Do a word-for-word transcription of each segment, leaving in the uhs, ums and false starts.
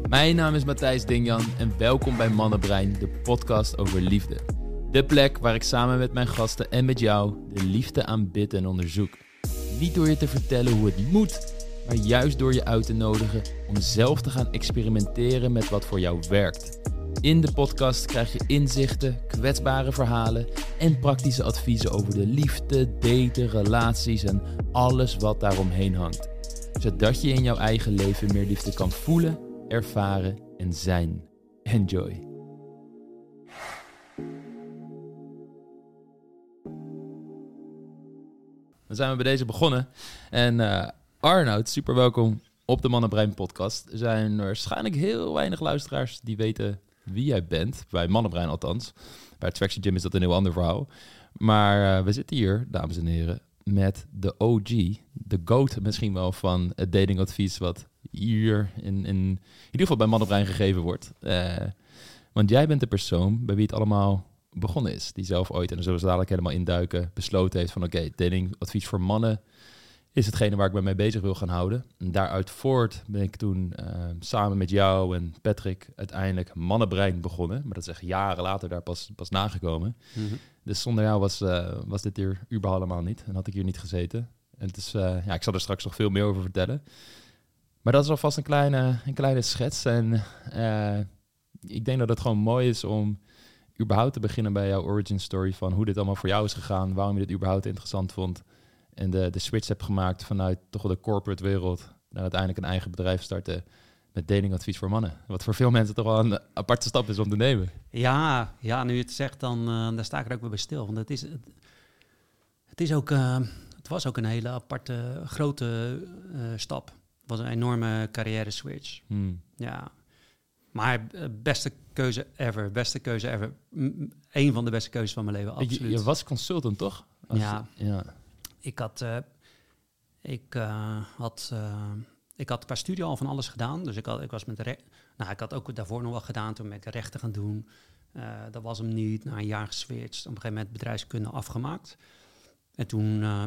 Mijn naam is Matthijs Dingjan en welkom bij Mannenbrein, de podcast over liefde. De plek waar ik samen met mijn gasten en met jou de liefde aanbid en onderzoek. Niet door je te vertellen hoe het moet, maar juist door je uit te nodigen om zelf te gaan experimenteren met wat voor jou werkt. In de podcast krijg je inzichten, kwetsbare verhalen en praktische adviezen over de liefde, daten, relaties en alles wat daaromheen hangt. Zodat je in jouw eigen leven meer liefde kan voelen, ervaren en zijn. Enjoy. Dan zijn we bij deze begonnen. En uh, Arnoud, super welkom op de Mannenbrein podcast. Er zijn waarschijnlijk heel weinig luisteraars die weten wie jij bent. Bij Mannenbrein althans. Bij Attraction Gym is dat een heel ander verhaal. Maar uh, we zitten hier, dames en heren, met de O G, de GOAT misschien wel van het datingadvies wat hier in, in, in ieder geval bij Mannenbrein gegeven wordt. Uh, want jij bent de persoon bij wie het allemaal begonnen is. Die zelf ooit, en daar zullen we dadelijk helemaal induiken, besloten heeft van oké, okay, datingadvies voor mannen is hetgene waar ik me mee bezig wil gaan houden. En daaruit voort ben ik toen uh, samen met jou en Patrick uiteindelijk Mannenbrein begonnen. Maar dat is echt jaren later daar pas, pas nagekomen. Mm-hmm. Dus zonder jou was, uh, was dit hier überhaupt helemaal niet. En had ik hier niet gezeten. En het is, uh, ja, ik zal er straks nog veel meer over vertellen. Maar dat is alvast een kleine, een kleine schets. En uh, ik denk dat het gewoon mooi is om überhaupt te beginnen bij jouw origin story van hoe dit allemaal voor jou is gegaan. Waarom je dit überhaupt interessant vond. En de, de switch hebt gemaakt vanuit toch wel de corporate wereld naar uiteindelijk een eigen bedrijf starten met datingadvies voor mannen. Wat voor veel mensen toch wel een aparte stap is om te nemen. Ja, ja nu je het zegt, dan uh, daar sta ik er ook weer bij stil. Want het is, het, het is ook, uh, het was ook een hele aparte, grote uh, stap. Het was een enorme carrière switch. Hmm. Ja, maar uh, beste keuze ever, beste keuze ever. M- Eén van de beste keuzes van mijn leven, absoluut. Je, je was consultant, toch? Als, ja. ja. Ik had, uh, ik, uh, had, uh, ik had qua studie al van alles gedaan. Dus ik, had, ik was met re- nou, ik had ook daarvoor nog wel gedaan toen met rechten gaan doen. Uh, dat was hem niet. Na een jaar geswitcht. Op een gegeven moment bedrijfskunde afgemaakt. En toen, uh,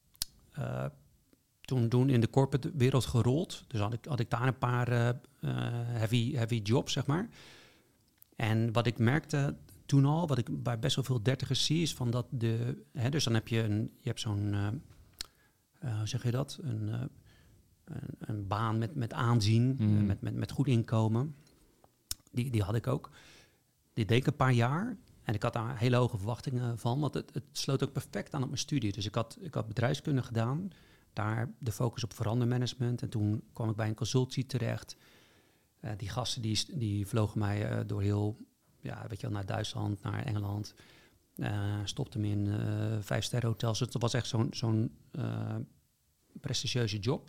uh, toen, toen in de corporate wereld gerold. Dus had ik, had ik daar een paar uh, uh, heavy, heavy jobs, zeg maar. En wat ik merkte toen al, wat ik bij best wel veel dertigers zie, is van dat de... Hè, dus dan heb je een... Je hebt zo'n... Uh, uh, hoe zeg je dat? Een, uh, een, een baan met, met aanzien, mm. uh, met, met, met goed inkomen. Die, die had ik ook. Die deed ik een paar jaar. En ik had daar hele hoge verwachtingen van, want het, het sloot ook perfect aan op mijn studie. Dus ik had, ik had bedrijfskunde gedaan. Daar de focus op verandermanagement. En toen kwam ik bij een consultie terecht. Uh, die gasten die, die vlogen mij uh, door heel... Ja, weet je wel, naar Duitsland, naar Engeland. Uh, stopte hem in uh, vijf sterren hotels. Dus dat was echt zo'n, zo'n uh, prestigieuze job.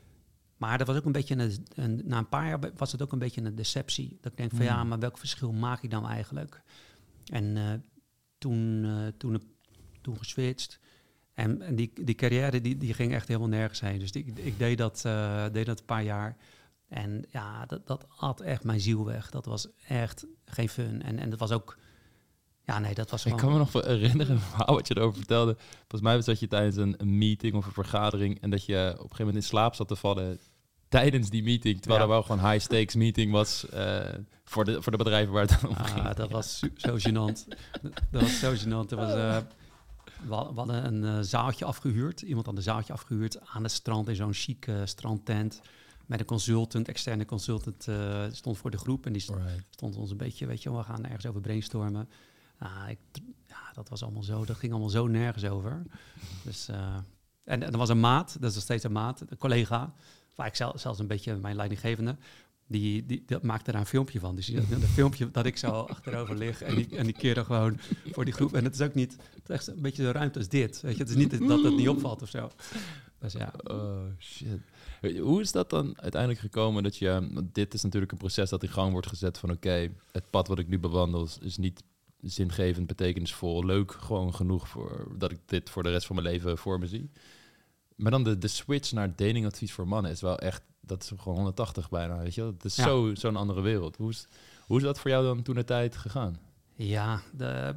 Maar dat was ook een beetje een, een... Na een paar jaar was het ook een beetje een deceptie. Dat ik denk van mm. ja, maar welk verschil maak ik dan eigenlijk? En uh, toen, uh, toen, toen geswitcht. En, en die, die carrière die, die ging echt helemaal nergens heen. Dus die, ik deed dat, uh, deed dat een paar jaar. En ja, dat, dat at echt mijn ziel weg. Dat was echt geen fun. En, en dat was ook... Ja, nee, dat was gewoon... Ik kan me nog wel herinneren, een verhaal wat je erover vertelde. Volgens mij zat je tijdens een, een meeting of een vergadering en dat je op een gegeven moment in slaap zat te vallen tijdens die meeting. Terwijl ja. er wel gewoon high stakes meeting was uh, voor, de, voor de bedrijven waar het om ah, ging. Dat was su- zo gênant. Dat was zo gênant. Dat was... Uh, We hadden een uh, zaaltje afgehuurd. Iemand had een zaaltje afgehuurd aan het strand in zo'n chique uh, strandtent. Met een consultant, externe consultant, uh, stond voor de groep. En die st- right. stond ons een beetje, weet je, we gaan ergens over brainstormen. Uh, ik, ja, dat was allemaal zo, dat ging allemaal zo nergens over. Dus, uh, en, en er was een maat, dat is nog steeds een maat, een collega. Waar ik zelf, zelfs een beetje mijn leidinggevende. Die, die, die maakte daar een filmpje van. Dus een filmpje dat ik zo achterover lig en die, en die keer dan gewoon voor die groep. En het is ook niet, het is echt een beetje zo ruimte als dit. Weet je, het is niet dat het niet opvalt of zo. Dus ja. Oh, shit. Hoe is dat dan uiteindelijk gekomen dat je... Dit is natuurlijk een proces dat in gang wordt gezet van... Oké, okay, het pad wat ik nu bewandel is niet zingevend, betekenisvol, leuk, gewoon genoeg voor dat ik dit voor de rest van mijn leven voor me zie. Maar dan de, de switch naar datingadvies voor mannen is wel echt... Dat is gewoon honderdtachtig bijna, weet je wel. Het is ja. zo, zo'n andere wereld. Hoe is, hoe is dat voor jou dan toen de tijd gegaan? Ja, de,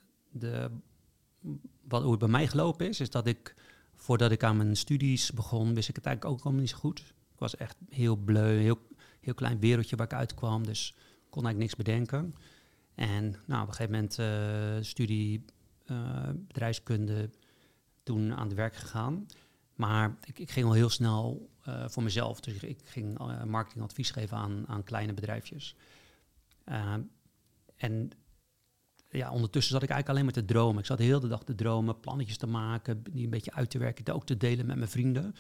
de, wat, hoe het bij mij gelopen is, is dat ik... Voordat ik aan mijn studies begon, wist ik het eigenlijk ook allemaal niet zo goed. Ik was echt heel bleu, heel, heel klein wereldje waar ik uitkwam. Dus kon eigenlijk niks bedenken. En nou, op een gegeven moment uh, studie uh, bedrijfskunde, toen aan het werk gegaan. Maar ik, ik ging al heel snel uh, voor mezelf. Dus ik, ik ging uh, marketingadvies geven aan, aan kleine bedrijfjes. Uh, en ja, ondertussen zat ik eigenlijk alleen maar te dromen. Ik zat de hele dag te dromen, plannetjes te maken, die een beetje uit te werken, ook te delen met mijn vrienden.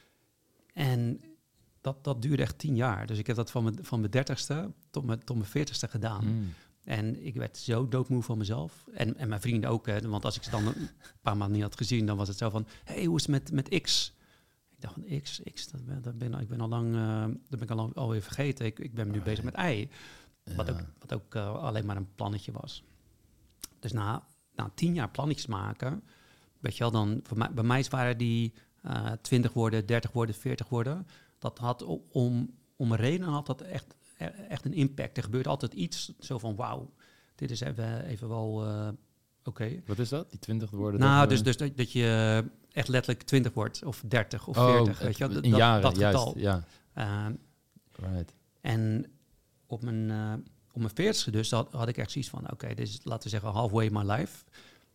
En dat, dat duurde echt tien jaar. Dus ik heb dat van mijn, van mijn dertigste tot mijn, tot mijn veertigste gedaan. Mm. En ik werd zo doodmoe van mezelf. En, en mijn vrienden ook. Hè, want als ik ze dan een paar maanden niet had gezien, dan was het zo van, hey, hoe is het met, met X? Ik dacht van X, X, dat ben, dat ben, ik ben al lang, uh, dat ben ik al alweer vergeten. Ik, ik ben nu right. bezig met Y. Ja. Wat ook, wat ook uh, alleen maar een plannetje was. Dus na, na tien jaar plannetjes maken, weet je wel, dan, voor mij, bij mij waren die uh, twintig woorden, dertig woorden, veertig woorden. Dat had om, om een reden had dat echt, echt een impact. Er gebeurt altijd iets zo van, wauw, dit is even, even wel uh, oké. Okay. Wat is dat, die twintig woorden? Nou, dus, dus dat, dat je echt letterlijk twintig wordt, of dertig, of veertig. Oh, weet je wel, in jaren, dat, dat getal. Juist, ja. Uh, right. En op mijn... Uh, Op mijn veertigste dus had, had ik echt zoiets van, oké, okay, dit is, laten we zeggen, halfway my life.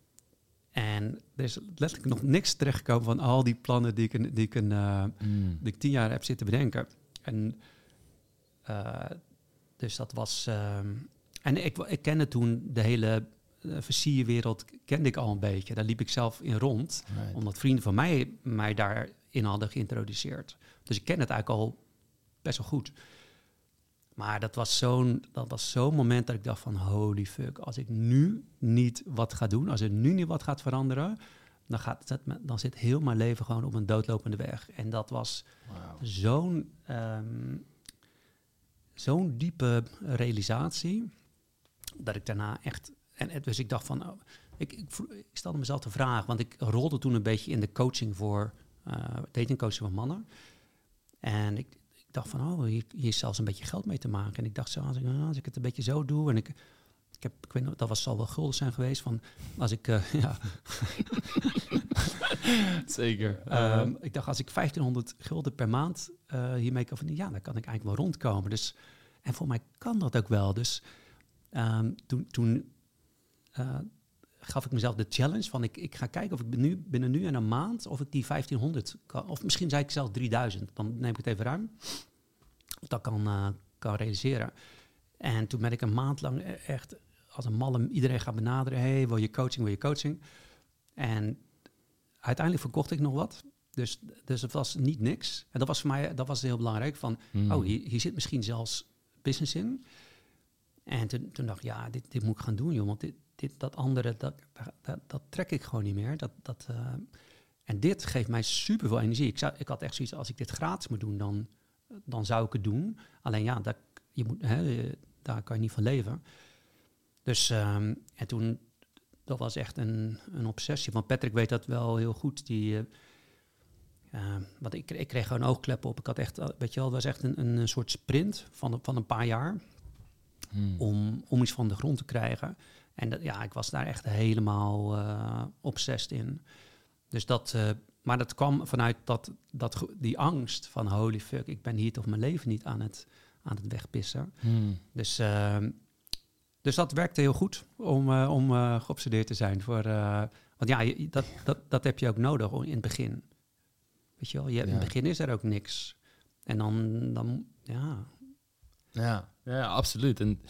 En er is letterlijk nog niks terechtgekomen van al die plannen die ik, die ik, een, uh, mm. die ik tien jaar heb zitten bedenken. En uh, dus dat was... Uh, en ik, ik kende toen de hele uh, versierwereld, kende ik al een beetje. Daar liep ik zelf in rond, right. omdat vrienden van mij mij daarin hadden geïntroduceerd. Dus ik ken het eigenlijk al best wel goed. Maar dat was zo'n dat was zo'n moment dat ik dacht van holy fuck, als ik nu niet wat ga doen, als er nu niet wat gaat veranderen, dan, gaat het, dan zit heel mijn leven gewoon op een doodlopende weg. En dat was wow. zo'n, um, zo'n diepe realisatie, dat ik daarna echt... En dus ik dacht van, oh, ik, ik, ik stelde mezelf de vraag, want ik rolde toen een beetje in de coaching voor, uh, datingcoaching van mannen. En ik... Ik dacht van, oh, hier, hier is zelfs een beetje geld mee te maken. En ik dacht zo, als ik, als ik het een beetje zo doe... en ik, ik heb, ik weet niet, dat was, zal wel gulden zijn geweest... van als ik, uh, ja... Zeker. Um, ik dacht, als ik vijftienhonderd gulden per maand uh, hiermee kan verdienen... ja, dan kan ik eigenlijk wel rondkomen. Dus, en voor mij kan dat ook wel. Dus um, toen... toen uh, gaf ik mezelf de challenge van... Ik, ik ga kijken of ik nu, binnen nu en een maand... of ik die vijftienhonderd kan... of misschien zei ik zelfs drieduizend. Dan neem ik het even ruim. Of dat kan, uh, kan realiseren. En toen ben ik een maand lang echt... als een malle iedereen gaat benaderen... hey, wil je coaching, wil je coaching? En uiteindelijk verkocht ik nog wat. Dus, dus het was niet niks. En dat was voor mij dat was heel belangrijk. Van, mm. oh, hier, hier zit misschien zelfs business in. En toen, toen dacht ik, ja, dit, dit moet ik gaan doen, joh. Want dit... Dit, dat andere, dat, dat, dat trek ik gewoon niet meer. Dat, dat, uh, en dit geeft mij super veel energie. Ik, zou, ik had echt zoiets, als ik dit gratis moet doen, dan, dan zou ik het doen. Alleen ja, dat, je moet, hè, daar kan je niet van leven. Dus, um, en toen, dat was echt een, een obsessie. Want Patrick weet dat wel heel goed. Die, uh, uh, want ik, ik kreeg gewoon oogkleppen op. Ik had echt, weet je wel, het was echt een, een soort sprint van, van een paar jaar. Hmm. Om, om iets van de grond te krijgen. En dat, ja, ik was daar echt helemaal uh, obsessed in. Dus dat, uh, maar dat kwam vanuit dat, dat, die angst van holy fuck, ik ben hier toch mijn leven niet aan het, aan het wegpissen. Hmm. Dus, uh, dus dat werkte heel goed om, uh, om uh, geobsedeerd te zijn. Voor, uh, want ja, je, dat, dat, dat heb je ook nodig in het begin. Weet je wel, je, ja. in het begin is er ook niks. En dan, dan ja... Ja, ja, absoluut. En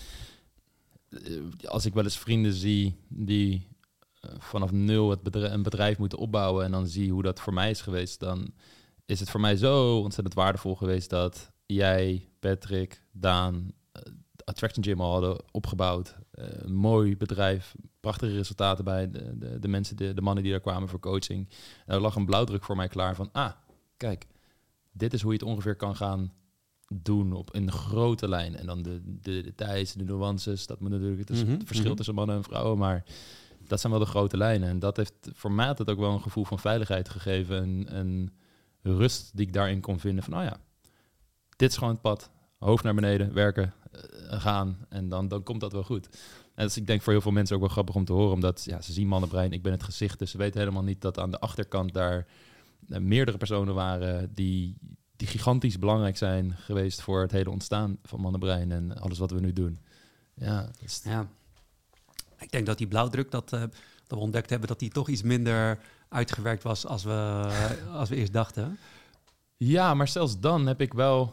als ik wel eens vrienden zie die uh, vanaf nul het bedrijf, een bedrijf moeten opbouwen en dan zie hoe dat voor mij is geweest, dan is het voor mij zo ontzettend waardevol geweest dat jij, Patrick, Daan, uh, Attraction Gym al hadden opgebouwd. Uh, een mooi bedrijf, prachtige resultaten bij de, de, de mensen, de, de mannen die daar kwamen voor coaching. En er lag een blauwdruk voor mij klaar van, ah, kijk, dit is hoe je het ongeveer kan gaan doen op een grote lijn. En dan de, de details, de nuances, dat moet natuurlijk het, is mm-hmm, het verschil mm-hmm. tussen mannen en vrouwen, maar dat zijn wel de grote lijnen. En dat heeft voor mij altijd ook wel een gevoel van veiligheid gegeven en, en rust die ik daarin kon vinden van, oh ja, dit is gewoon het pad. Hoofd naar beneden, werken, uh, gaan en dan, dan komt dat wel goed. En dus ik denk voor heel veel mensen ook wel grappig om te horen, omdat ja, ze zien Mannenbrein, ik ben het gezicht, dus ze weten helemaal niet dat aan de achterkant daar uh, meerdere personen waren die die gigantisch belangrijk zijn geweest voor het hele ontstaan van Mannenbrein en alles wat we nu doen. Ja, dus Ja. Ik denk dat die blauwdruk, dat, uh, dat we ontdekt hebben, dat die toch iets minder uitgewerkt was als we, als we eerst dachten. ja, maar zelfs dan heb ik wel,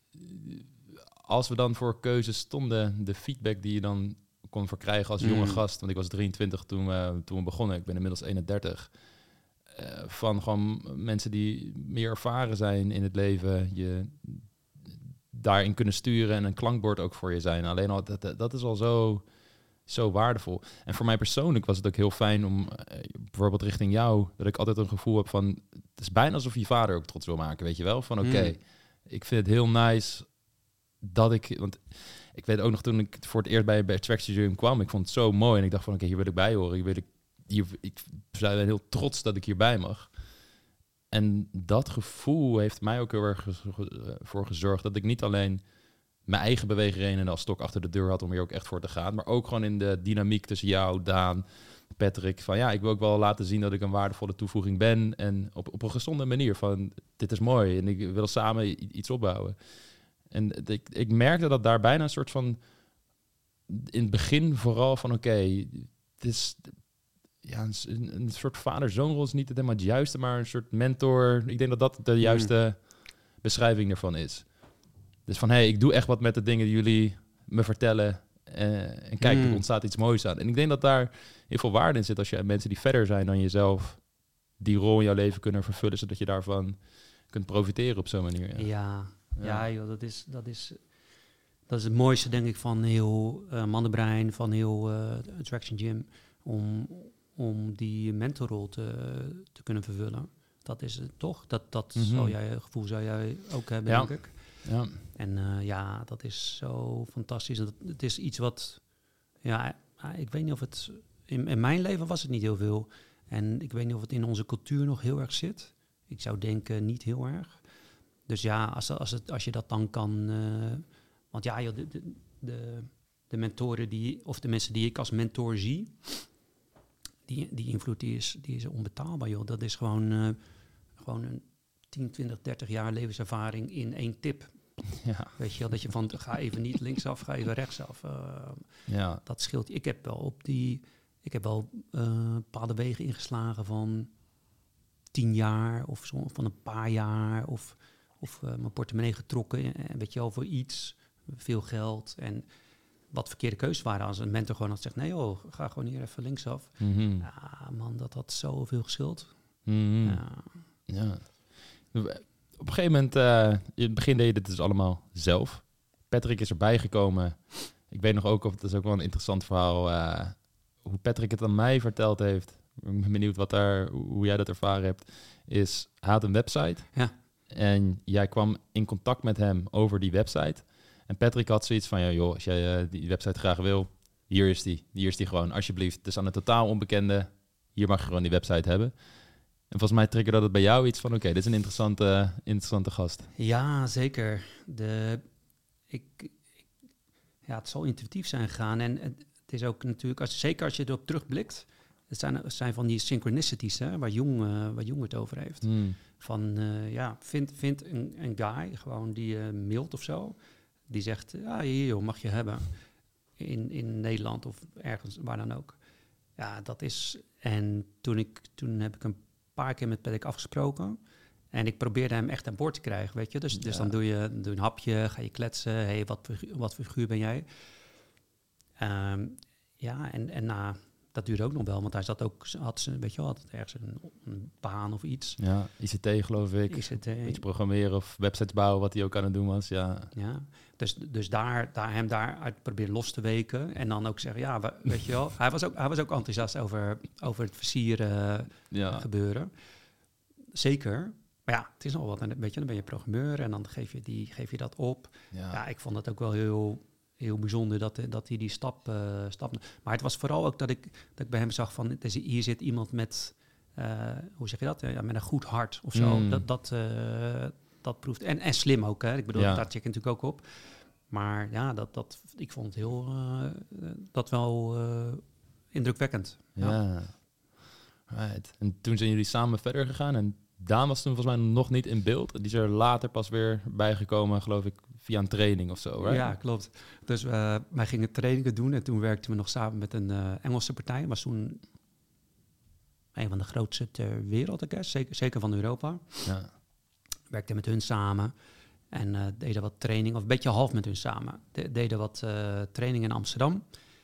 als we dan voor keuzes stonden, de feedback die je dan kon verkrijgen als jonge Mm. gast, want ik was drieëntwintig toen we, toen we begonnen, ik ben inmiddels eenendertig, uh, van gewoon mensen die meer ervaren zijn in het leven, je daarin kunnen sturen en een klankbord ook voor je zijn. Alleen al, dat, dat is al zo, zo waardevol. En voor mij persoonlijk was het ook heel fijn om, uh, bijvoorbeeld richting jou, dat ik altijd een gevoel heb van, het is bijna alsof je vader ook trots wil maken, weet je wel? Van oké, okay, mm. ik vind het heel nice dat ik, want ik weet ook nog toen ik voor het eerst bij, bij Traction Gym kwam, ik vond het zo mooi en ik dacht van oké, okay, hier wil ik bij horen. Hier wil ik, hier, ik ben heel trots dat ik hierbij mag. En dat gevoel heeft mij ook heel erg voor gezorgd dat ik niet alleen mijn eigen beweegredenen als stok achter de deur had om hier ook echt voor te gaan, maar ook gewoon in de dynamiek tussen jou, Daan, Patrick, van ja, ik wil ook wel laten zien dat ik een waardevolle toevoeging ben en op, op een gezonde manier van dit is mooi en ik wil samen iets opbouwen. En ik, ik merkte dat daar bijna een soort van, in het begin vooral van oké, okay, het is ja, een, een soort vader-zoonrol is niet helemaal het juiste, maar een soort mentor. Ik denk dat dat de juiste mm. beschrijving ervan is. Dus van, hé, hey, ik doe echt wat met de dingen die jullie me vertellen. Uh, en kijk, mm. er ontstaat iets moois aan. En ik denk dat daar heel veel waarde in zit als je mensen die verder zijn dan jezelf die rol in jouw leven kunnen vervullen, zodat je daarvan kunt profiteren op zo'n manier. Ja, ja, ja joh, dat is, dat is, dat is het mooiste, denk ik, van heel uh, Mannenbrein, van heel uh, Traction Gym, om, om die mentorrol te, te kunnen vervullen. Dat is het toch? Dat, dat mm-hmm. zal jij, gevoel zou jij ook hebben, ja. denk ik. Ja. En uh, ja, dat is zo fantastisch. Dat, het is iets wat, ja, ik weet niet of het, in, in mijn leven was het niet heel veel. En ik weet niet of het in onze cultuur nog heel erg zit. Ik zou denken niet heel erg. Dus ja, als, als, het, als je dat dan kan, uh, want ja, joh, de, de, de, de mentoren die, of de mensen die ik als mentor zie, die, die invloed die is, die is onbetaalbaar, joh. Dat is gewoon, uh, gewoon een tien, twintig, dertig jaar levenservaring in één tip. Ja. Weet je wel, dat je van, ga even niet linksaf, ga even rechtsaf. Uh, ja. Dat scheelt. Ik heb wel op die, ik heb wel uh, bepaalde wegen ingeslagen van tien jaar of zo, van een paar jaar of, of uh, mijn portemonnee getrokken, en weet je wel, voor iets, veel geld en wat verkeerde keuzes waren. Als een mentor gewoon had gezegd, nee joh, ga gewoon hier even linksaf. Mm-hmm. Ja man, dat had zoveel geschild. Mm-hmm. Ja. Ja. Op een gegeven moment, uh, in het begin deed je dit dus allemaal zelf. Patrick is erbij gekomen. Ik weet nog ook, of het is ook wel een interessant verhaal, uh, hoe Patrick het aan mij verteld heeft. Ik ben benieuwd wat daar, hoe jij dat ervaren hebt. Is, hij had een website. Ja. En jij kwam in contact met hem over die website. En Patrick had zoiets van, ja, joh, als jij uh, die website graag wil, hier is die. Hier is die gewoon, alsjeblieft. Het is aan een totaal onbekende. Hier mag je gewoon die website hebben. En volgens mij triggerde dat bij jou iets van, oké, okay, dit is een interessante, interessante gast. Ja, zeker. De, ik, ik, ja, het zal intuïtief zijn gegaan. En het, het is ook natuurlijk, als, zeker als je erop terugblikt, het zijn, het zijn van die synchronicities, hè, waar Jung, uh, waar Jung het over heeft. Hmm. Van, uh, ja, vind, vind een, een guy, gewoon die uh, mailt of zo, die zegt, ja, hier joh, mag je hebben. In, in Nederland of ergens, waar dan ook. Ja, dat is, en toen, ik, toen heb ik een paar keer met Patrick afgesproken. En ik probeerde hem echt aan boord te krijgen, weet je. Dus, ja. dus dan doe je, doe je een hapje, ga je kletsen. Hey, wat voor, wat voor figuur ben jij? Um, ja, en, en na, dat duurde ook nog wel. Want hij zat ook, had ze, weet je wel, had ergens een, een baan of iets. Ja, I C T geloof ik. I C T. Iets programmeren of websites bouwen, wat hij ook aan het doen was, ja. Ja, dus, dus daar, daar hem daaruit proberen los te weken. En dan ook zeggen, ja, weet je wel. hij, was ook, hij was ook enthousiast over, over het versieren ja. gebeuren. Zeker. Maar ja, het is nog wat. Weet je, dan ben je programmeur en dan geef je, die, geef je dat op. Ja, ja ik vond het ook wel heel, heel bijzonder dat, dat hij die stap, uh, stap... Maar het was vooral ook dat ik, dat ik bij hem zag van, hier zit iemand met, uh, hoe zeg je dat? Ja, met een goed hart of zo. Mm. Dat, dat, uh, dat proeft. En, en slim ook, hè. Ik bedoel, ja. daar check ik natuurlijk ook op. Maar ja, dat, dat, ik vond het heel, uh, dat wel uh, indrukwekkend. Ja. ja. Right. En toen zijn jullie samen verder gegaan en Daan was toen volgens mij nog niet in beeld. Die is er later pas weer bijgekomen, geloof ik, via een training of zo, right? Ja, klopt. Dus uh, wij gingen trainingen doen en toen werkten we nog samen met een uh, Engelse partij. Was toen een van de grootste ter wereld, ik guess. Zeker, zeker van Europa. Ja. Werkte met hun samen en uh, deden wat training, of een beetje half met hun samen. De, deden wat uh, training in Amsterdam.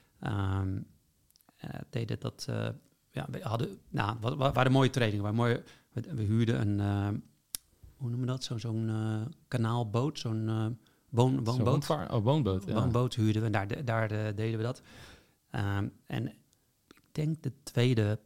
Um, uh, deden dat, uh, ja, we hadden, nou, wat, wat waren mooie trainingen. Waren mooie, we, we huurden een, uh, hoe noemen we dat? Zo, zo'n uh, kanaalboot, zo'n uh, woon, woonboot. Zo'n oh, woonboot, ja. Woonboot huurden we, daar, de, daar de, deden we dat. Um, en ik denk de tweede,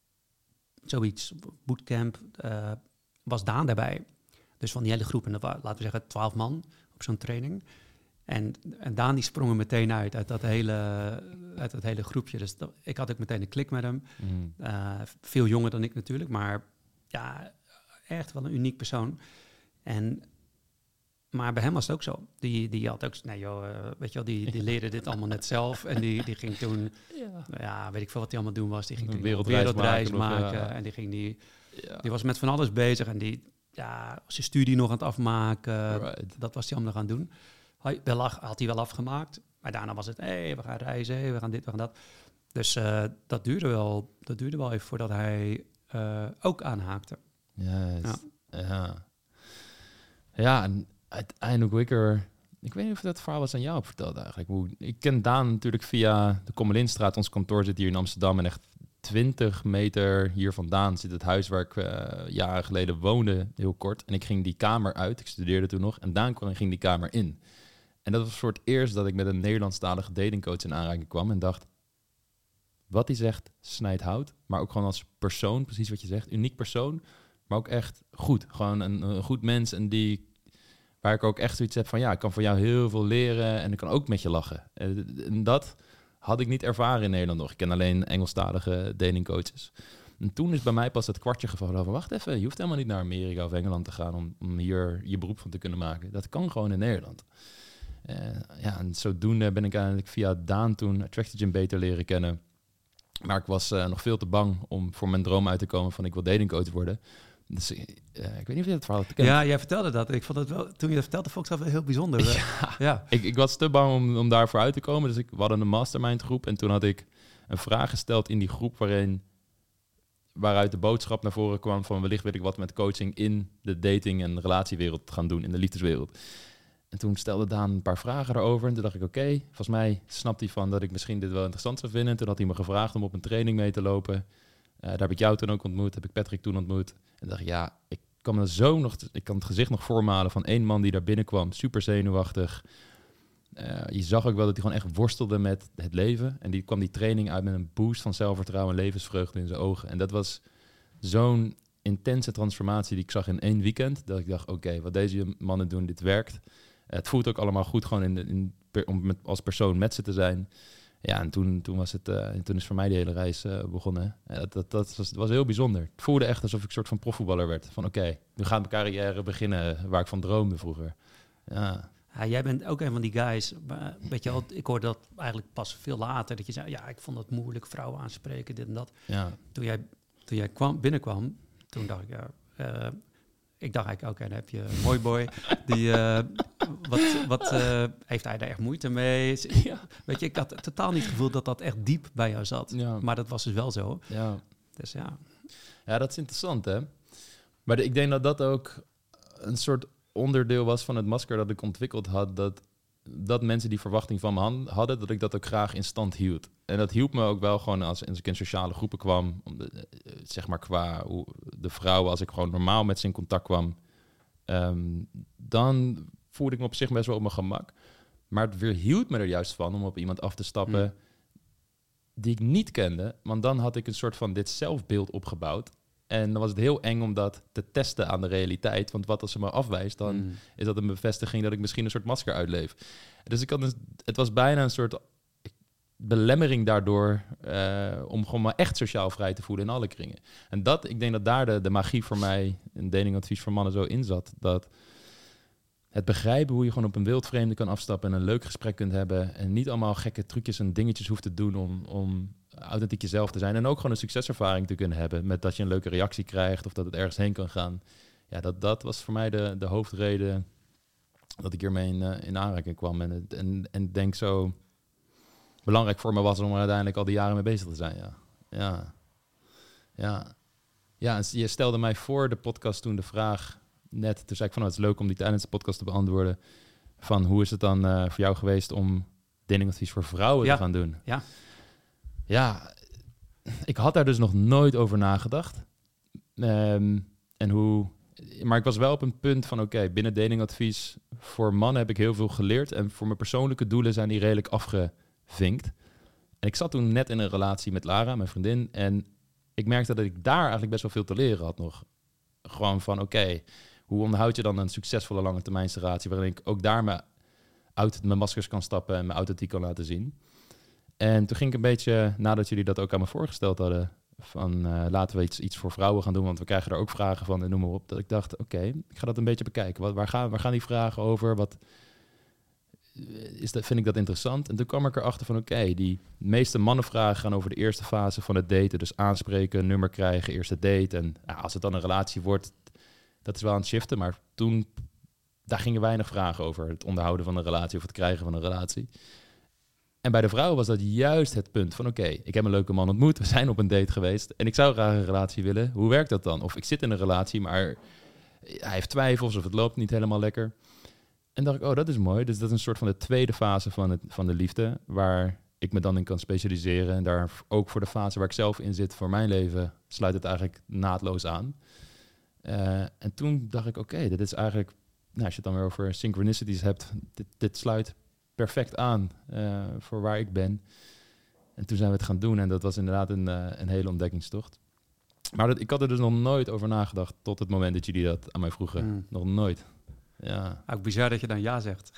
zoiets, bootcamp, uh, was Daan daarbij. Dus van die hele groep, en dat waren, laten we zeggen, twaalf man op zo'n training. En, en Daan die sprong er meteen uit, uit dat hele, uit dat hele groepje. Dus dat, ik had ook meteen een klik met hem. Mm. Uh, veel jonger dan ik natuurlijk, maar ja, echt wel een uniek persoon. En, maar bij hem was het ook zo. Die, die had ook, nee joh, uh, weet je wel, die, die leerde dit allemaal net zelf. En die, die ging toen, ja. ja, weet ik veel wat hij allemaal doen was. Die ging een toen wereldreis, wereldreis maken. maken. Of, ja. En die ging die, ja. die was met van alles bezig. En die, ja, zijn studie nog aan het afmaken. Right. Dat was hij allemaal gaan doen. Hij, wel, had hij wel afgemaakt. Maar daarna was het, hé, hey, we gaan reizen, hey, we gaan dit, we gaan dat. Dus uh, dat, duurde wel, dat duurde wel even voordat hij uh, ook aanhaakte. Yes. Ja. Ja. Ja, en uiteindelijk hoe ik er... Ik weet niet of dat verhaal was aan jou verteld eigenlijk. Hoe, ik ken Daan natuurlijk via de Kommelinstraat. Ons kantoor zit hier in Amsterdam. En echt twintig meter hier vandaan zit het huis waar ik uh, jaren geleden woonde, heel kort. En ik ging die kamer uit. Ik studeerde toen nog. En Daan kwam en ging die kamer in. En dat was voor het eerst dat ik met een Nederlandstalige datingcoach in aanraking kwam. En dacht, wat hij zegt, snijdt hout. Maar ook gewoon als persoon, precies wat je zegt. Uniek persoon, maar ook echt goed. Gewoon een, een goed mens en die... Waar ik ook echt zoiets heb van, ja, ik kan van jou heel veel leren en ik kan ook met je lachen. En dat had ik niet ervaren in Nederland nog. Ik ken alleen Engelstalige datingcoaches. En toen is bij mij pas het kwartje gevallen van, wacht even, je hoeft helemaal niet naar Amerika of Engeland te gaan om, om hier je beroep van te kunnen maken. Dat kan gewoon in Nederland. Uh, ja, en zodoende ben ik eigenlijk via Daan toen Attractigen beter leren kennen. Maar ik was uh, nog veel te bang om voor mijn droom uit te komen van ik wil datingcoach worden. Dus uh, ik weet niet of je het verhaal hebt gekend. Ja, jij vertelde dat. Ik vond het wel, toen je dat vertelde, vond ik het wel heel bijzonder. Ja, ja. Ik, ik was te bang om, om daarvoor uit te komen. Dus ik, we hadden een mastermind groep. En toen had ik een vraag gesteld in die groep waarin, waaruit de boodschap naar voren kwam van wellicht wil ik wat met coaching in de dating- en relatiewereld gaan doen, in de liefdeswereld. En toen stelde Daan een paar vragen erover. En toen dacht ik, oké, okay, volgens mij snapt hij van dat ik misschien dit wel interessant zou vinden. En toen had hij me gevraagd om op een training mee te lopen. Uh, daar heb ik jou toen ook ontmoet, heb ik Patrick toen ontmoet. En dacht ik, ja, ik kan me zo nog, ik kan het gezicht nog voormalen van één man die daar binnenkwam, super zenuwachtig. Uh, je zag ook wel dat hij gewoon echt worstelde met het leven. En die kwam die training uit met een boost van zelfvertrouwen en levensvreugde in zijn ogen. En dat was zo'n intense transformatie die ik zag in één weekend. Dat ik dacht, oké, okay, wat deze mannen doen, dit werkt. Uh, het voelt ook allemaal goed gewoon in de, in, per, om met, als persoon met ze te zijn. Ja, en toen, toen, was het, uh, toen is voor mij die hele reis uh, begonnen. Ja, dat dat, dat was, was heel bijzonder. Het voelde echt alsof ik een soort van profvoetballer werd. Van oké, okay, nu gaat mijn carrière beginnen waar ik van droomde vroeger. Ja. Ja, jij bent ook een van die guys. Weet je wel, ik hoorde dat eigenlijk pas veel later. Dat je zei, ja, ik vond het moeilijk vrouwen aanspreken, dit en dat. Ja. Toen jij, toen jij kwam, binnenkwam, toen dacht ik, ja... Uh, ik dacht eigenlijk, oké, okay, dan heb je een mooi boy. Die, uh, wat wat uh, heeft hij daar echt moeite mee? Ja. Weet je, ik had totaal niet het gevoel dat dat echt diep bij jou zat. Ja. Maar dat was dus wel zo. Ja. Dus ja. Ja, dat is interessant, hè? Maar de, ik denk dat dat ook een soort onderdeel was van het masker dat ik ontwikkeld had. Dat, dat mensen die verwachting van me hadden, dat ik dat ook graag in stand hield. En dat hielp me ook wel gewoon als, als ik in sociale groepen kwam. Om de, zeg maar qua hoe de vrouwen, als ik gewoon normaal met ze in contact kwam. Um, dan voelde ik me op zich best wel op mijn gemak. Maar het weerhield me er juist van om op iemand af te stappen mm. die ik niet kende. Want dan had ik een soort van dit zelfbeeld opgebouwd. En dan was het heel eng om dat te testen aan de realiteit. Want wat als ze me afwijst, dan mm. is dat een bevestiging dat ik misschien een soort masker uitleef. Dus ik had een, het was bijna een soort belemmering daardoor uh, om gewoon maar echt sociaal vrij te voelen in alle kringen. En dat, ik denk dat daar de, de magie voor mij, een datingadvies voor mannen zo in zat. Dat het begrijpen hoe je gewoon op een wildvreemde kan afstappen en een leuk gesprek kunt hebben en niet allemaal gekke trucjes en dingetjes hoeft te doen om, om authentiek jezelf te zijn. En ook gewoon een succeservaring te kunnen hebben. Met dat je een leuke reactie krijgt of dat het ergens heen kan gaan. Ja, dat, dat was voor mij de, de hoofdreden dat ik hiermee in, uh, in aanraking kwam. En, het, en, en denk zo belangrijk voor me was om er uiteindelijk al die jaren mee bezig te zijn. Ja, ja, ja. Ja, en je stelde mij voor de podcast toen de vraag net. Toen zei ik van, nou, het is leuk om die tijdens de podcast te beantwoorden. Van hoe is het dan uh, voor jou geweest om datingadvies voor vrouwen ja. te gaan doen? Ja. Ja, ik had daar dus nog nooit over nagedacht. Um, en hoe... Maar ik was wel op een punt van, oké, okay, binnen datingadvies voor mannen heb ik heel veel geleerd. En voor mijn persoonlijke doelen zijn die redelijk afgevinkt. En ik zat toen net in een relatie met Lara, mijn vriendin. En ik merkte dat ik daar eigenlijk best wel veel te leren had nog. Gewoon van, oké, okay, hoe onderhoud je dan een succesvolle lange termijnsrelatie... waarin ik ook daar mijn, uit mijn maskers kan stappen en mijn authentiek kan laten zien. En toen ging ik een beetje, nadat jullie dat ook aan me voorgesteld hadden... van uh, laten we iets, iets voor vrouwen gaan doen, want we krijgen er ook vragen van en noem maar op. Dat ik dacht, oké, okay, ik ga dat een beetje bekijken. Wat, waar, gaan, waar gaan die vragen over? Wat is dat, vind ik dat interessant? En toen kwam ik erachter van, oké, okay, die meeste mannenvragen gaan over de eerste fase van het daten. Dus aanspreken, nummer krijgen, eerste date. En ja, als het dan een relatie wordt, dat is wel aan het shiften. Maar toen, daar gingen weinig vragen over. Het onderhouden van een relatie of het krijgen van een relatie. En bij de vrouwen was dat juist het punt van... oké, okay, ik heb een leuke man ontmoet, we zijn op een date geweest... en ik zou graag een relatie willen. Hoe werkt dat dan? Of ik zit in een relatie, maar hij heeft twijfels... of het loopt niet helemaal lekker. En dacht ik, oh, dat is mooi. Dus dat is een soort van de tweede fase van, het, van de liefde... waar ik me dan in kan specialiseren. En daar ook voor de fase waar ik zelf in zit voor mijn leven... sluit het eigenlijk naadloos aan. Uh, en toen dacht ik, oké, okay, dit is eigenlijk... Nou, als je het dan weer over synchronicities hebt... dit, dit sluit... perfect aan uh, voor waar ik ben. En toen zijn we het gaan doen en dat was inderdaad een, uh, een hele ontdekkingstocht. Maar dat, ik had er dus nog nooit over nagedacht tot het moment dat jullie dat aan mij vroegen. Mm. Nog nooit. Ja. Ook bizar dat je dan ja zegt.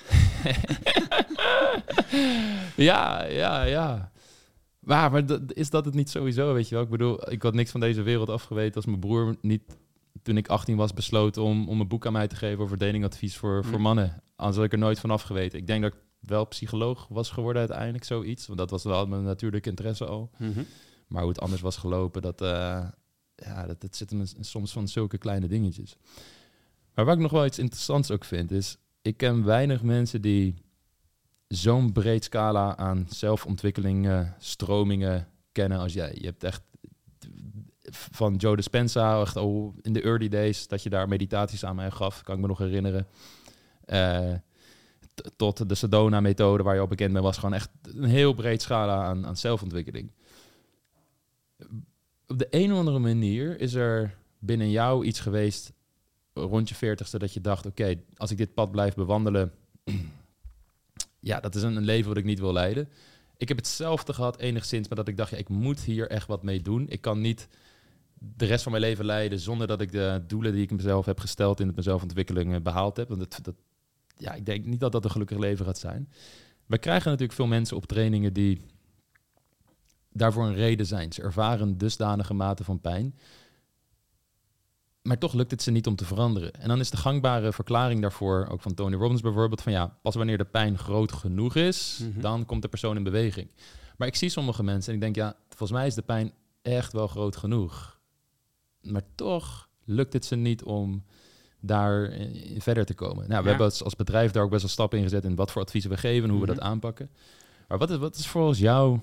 ja, ja, ja. Maar, maar d- is dat het niet sowieso, weet je wel? Ik bedoel, ik had niks van deze wereld afgeweten als mijn broer niet... toen ik achttien was besloten om, om een boek aan mij te geven over datingadvies voor, mm. voor mannen. Anders had ik er nooit van afgeweten. Ik denk dat ik wel psycholoog was geworden uiteindelijk, zoiets. Want dat was wel mijn natuurlijke interesse al. Mm-hmm. Maar hoe het anders was gelopen, dat, uh, ja, dat, dat zit hem soms van zulke kleine dingetjes. Maar waar ik nog wel iets interessants ook vind, is... ik ken weinig mensen die zo'n breed scala aan zelfontwikkelingen, stromingen kennen als jij. Je hebt echt van Joe Dispenza, echt al in de early days, dat je daar meditaties aan mij gaf, kan ik me nog herinneren. Uh, tot de Sedona-methode, waar je al bekend mee was. Gewoon echt een heel breed scala aan, aan zelfontwikkeling. Op de een of andere manier is er binnen jou iets geweest... rond je veertigste dat je dacht... oké, okay, als ik dit pad blijf bewandelen... ja, dat is een, een leven wat ik niet wil leiden. Ik heb hetzelfde gehad enigszins... maar dat ik dacht, ja, ik moet hier echt wat mee doen. Ik kan niet de rest van mijn leven leiden... zonder dat ik de doelen die ik mezelf heb gesteld... in het mezelfontwikkeling behaald heb. Want dat, dat Ja, ik denk niet dat dat een gelukkig leven gaat zijn. We krijgen natuurlijk veel mensen op trainingen die daarvoor een reden zijn. Ze ervaren een dusdanige mate van pijn. Maar toch lukt het ze niet om te veranderen. En dan is de gangbare verklaring daarvoor, ook van Tony Robbins bijvoorbeeld, van ja, pas wanneer de pijn groot genoeg is, mm-hmm. dan komt de persoon in beweging. Maar ik zie sommige mensen en ik denk, ja, volgens mij is de pijn echt wel groot genoeg. Maar toch lukt het ze niet om daar in verder te komen. Nou, we ja. hebben als, als bedrijf daar ook best wel stappen in gezet in wat voor adviezen we geven en hoe mm-hmm. we dat aanpakken. Maar wat is, wat is volgens jou,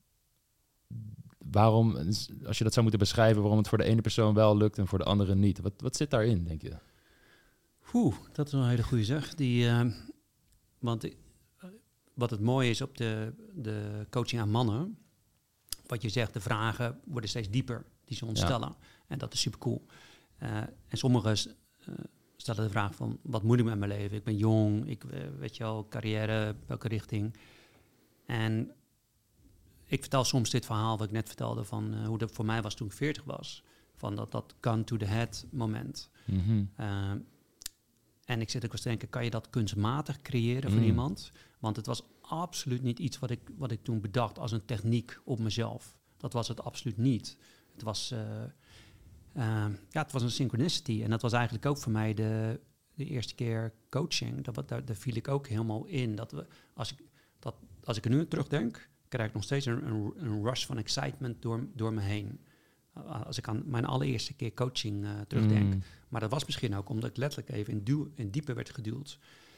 waarom, als je dat zou moeten beschrijven, waarom het voor de ene persoon wel lukt en voor de andere niet? Wat, wat zit daarin, denk je? Oeh, dat is wel een hele goede zeg. Die, uh, want uh, wat het mooie is op de, de coaching aan mannen, wat je zegt, de vragen worden steeds dieper die ze ons ja. stellen. En dat is super cool. Uh, en sommigen uh, stellen de vraag van, wat moet ik met mijn leven? Ik ben jong, ik uh, weet je wel, carrière, welke richting? En ik vertel soms dit verhaal wat ik net vertelde van uh, hoe dat voor mij was toen ik veertig was. Van dat, dat gun to the head moment. Mm-hmm. Uh, en ik zit ook eens te denken, kan je dat kunstmatig creëren mm. van iemand? Want het was absoluut niet iets wat ik, wat ik toen bedacht als een techniek op mezelf. Dat was het absoluut niet. Het was, uh, uh, ja, het was een synchronicity. En dat was eigenlijk ook voor mij de, de eerste keer coaching. Dat, daar, daar viel ik ook helemaal in. Dat we, als, ik, dat, als ik er nu terugdenk, krijg ik nog steeds een, een, een rush van excitement door, door me heen. Uh, als ik aan mijn allereerste keer coaching uh, terugdenk. Mm. Maar dat was misschien ook omdat ik letterlijk even in, duw, in diepe werd geduwd.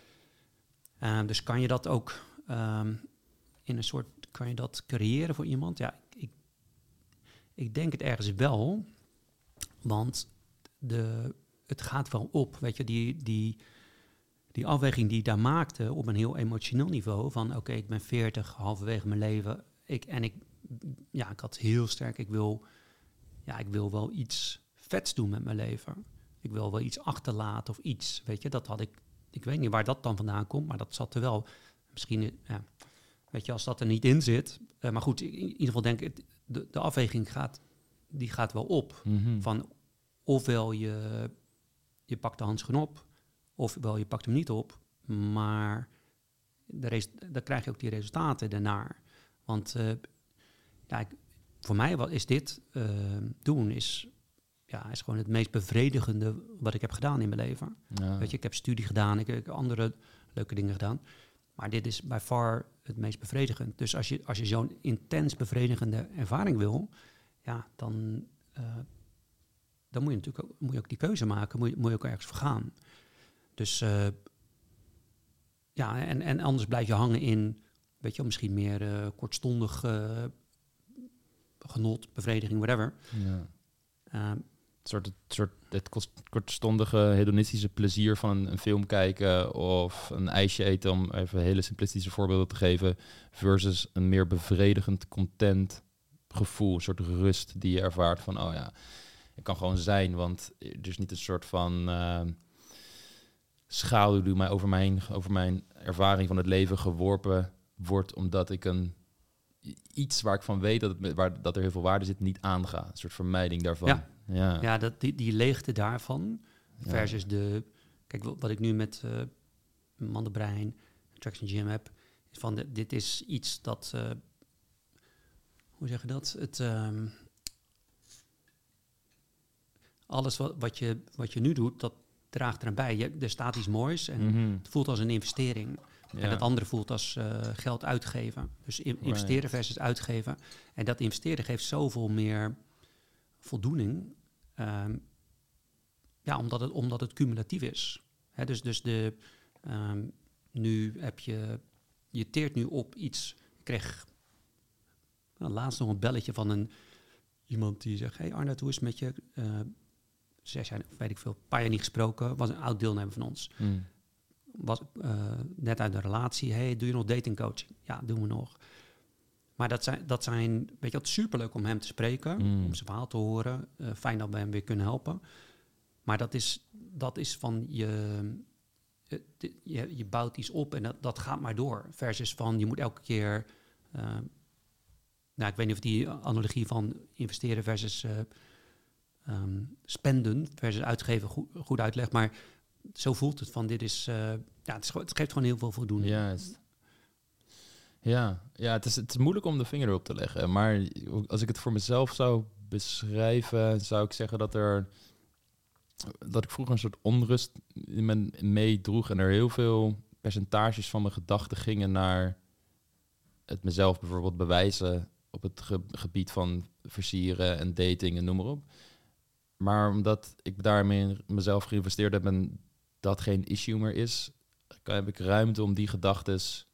Uh, dus kan je dat ook um, in een soort, kan je dat creëren voor iemand? Ja, ik, ik denk het ergens wel, want de, het gaat wel op, weet je, die, die, die afweging die ik daar maakte op een heel emotioneel niveau, van oké, okay, ik ben veertig, halverwege mijn leven, ik, en ik, ja, ik had heel sterk, ik wil, ja, ik wil wel iets vets doen met mijn leven. Ik wil wel iets achterlaten of iets, weet je, dat had ik, ik weet niet waar dat dan vandaan komt, maar dat zat er wel. Misschien, ja, weet je, als dat er niet in zit, uh, maar goed, in ieder geval denk ik, de, de afweging gaat, die gaat wel op, mm-hmm. van ofwel je, je pakt de handschoen op, ofwel je pakt hem niet op, maar de res- dan krijg je ook die resultaten daarnaar. Want uh, ja, ik, voor mij wat is dit uh, doen, is, ja, is gewoon het meest bevredigende wat ik heb gedaan in mijn leven. Ja. Weet je, ik heb studie gedaan, ik heb andere leuke dingen gedaan, maar dit is by far het meest bevredigend. Dus als je, als je zo'n intens bevredigende ervaring wil, ja, dan, uh, dan moet je natuurlijk ook, moet je ook die keuze maken, moet je, moet je ook ergens voor gaan. Dus uh, ja, en, en anders blijf je hangen in, weet je, misschien meer uh, kortstondig uh, genot, bevrediging, whatever. Ja. Uh, een soort, het, soort het kortstondige hedonistische plezier van een, een film kijken of een ijsje eten, om even hele simplistische voorbeelden te geven, versus een meer bevredigend, content gevoel, een soort rust die je ervaart van, oh ja, ik kan gewoon zijn, want er is niet een soort van uh, schaduw die mij over mijn, over mijn ervaring van het leven geworpen wordt, omdat ik een iets waar ik van weet dat, het, waar, dat er heel veel waarde zit, niet aanga. Een soort vermijding daarvan. Ja, ja. ja dat, die, die leegte daarvan versus ja. de... Kijk, wat ik nu met uh, Mandenbrein, Traction Gym heb, is van de, dit is iets dat... Uh, hoe zeg je dat? Het... Um, alles wat, wat, je, wat je nu doet, dat draagt eraan bij. Je, er staat iets moois en mm-hmm. het voelt als een investering. Ja. En het andere voelt als uh, geld uitgeven. Dus in, investeren right. versus uitgeven. En dat investeren geeft zoveel meer voldoening. Um, ja, omdat het, omdat het cumulatief is. Hè, dus dus de, um, nu heb je... Je teert nu op iets. Ik kreeg nou, laatst nog een belletje van een... Iemand die zegt... Hey Arnoud, hoe is het met je? Uh, zes jaar, weet ik veel, een paar jaar niet gesproken. Was een oud deelnemer van ons. Mm. Was uh, net uit de relatie. Hey, doe je nog datingcoaching? Ja, doen we nog. Maar dat zijn, dat zijn weet je wat, superleuk om hem te spreken, mm. om zijn verhaal te horen. Uh, fijn dat we hem weer kunnen helpen. Maar dat is, dat is van je, uh, je, je bouwt iets op en dat, dat gaat maar door. Versus van je moet elke keer, uh, nou ik weet niet of die analogie van investeren versus uh, um, spenden versus uitgeven goed, goed uitlegt, maar zo voelt het van dit is, uh, ja, het, is, het geeft gewoon heel veel voldoening. Juist. Ja, ja het, is, het is moeilijk om de vinger erop te leggen. Maar als ik het voor mezelf zou beschrijven, zou ik zeggen dat er dat ik vroeger een soort onrust in me meedroeg en er heel veel percentages van mijn gedachten gingen naar het mezelf bijvoorbeeld bewijzen op het ge- gebied van versieren en dating en noem maar op. Maar omdat ik daarmee in mezelf geïnvesteerd heb en dat geen issue meer is, heb ik ruimte om die gedachtes,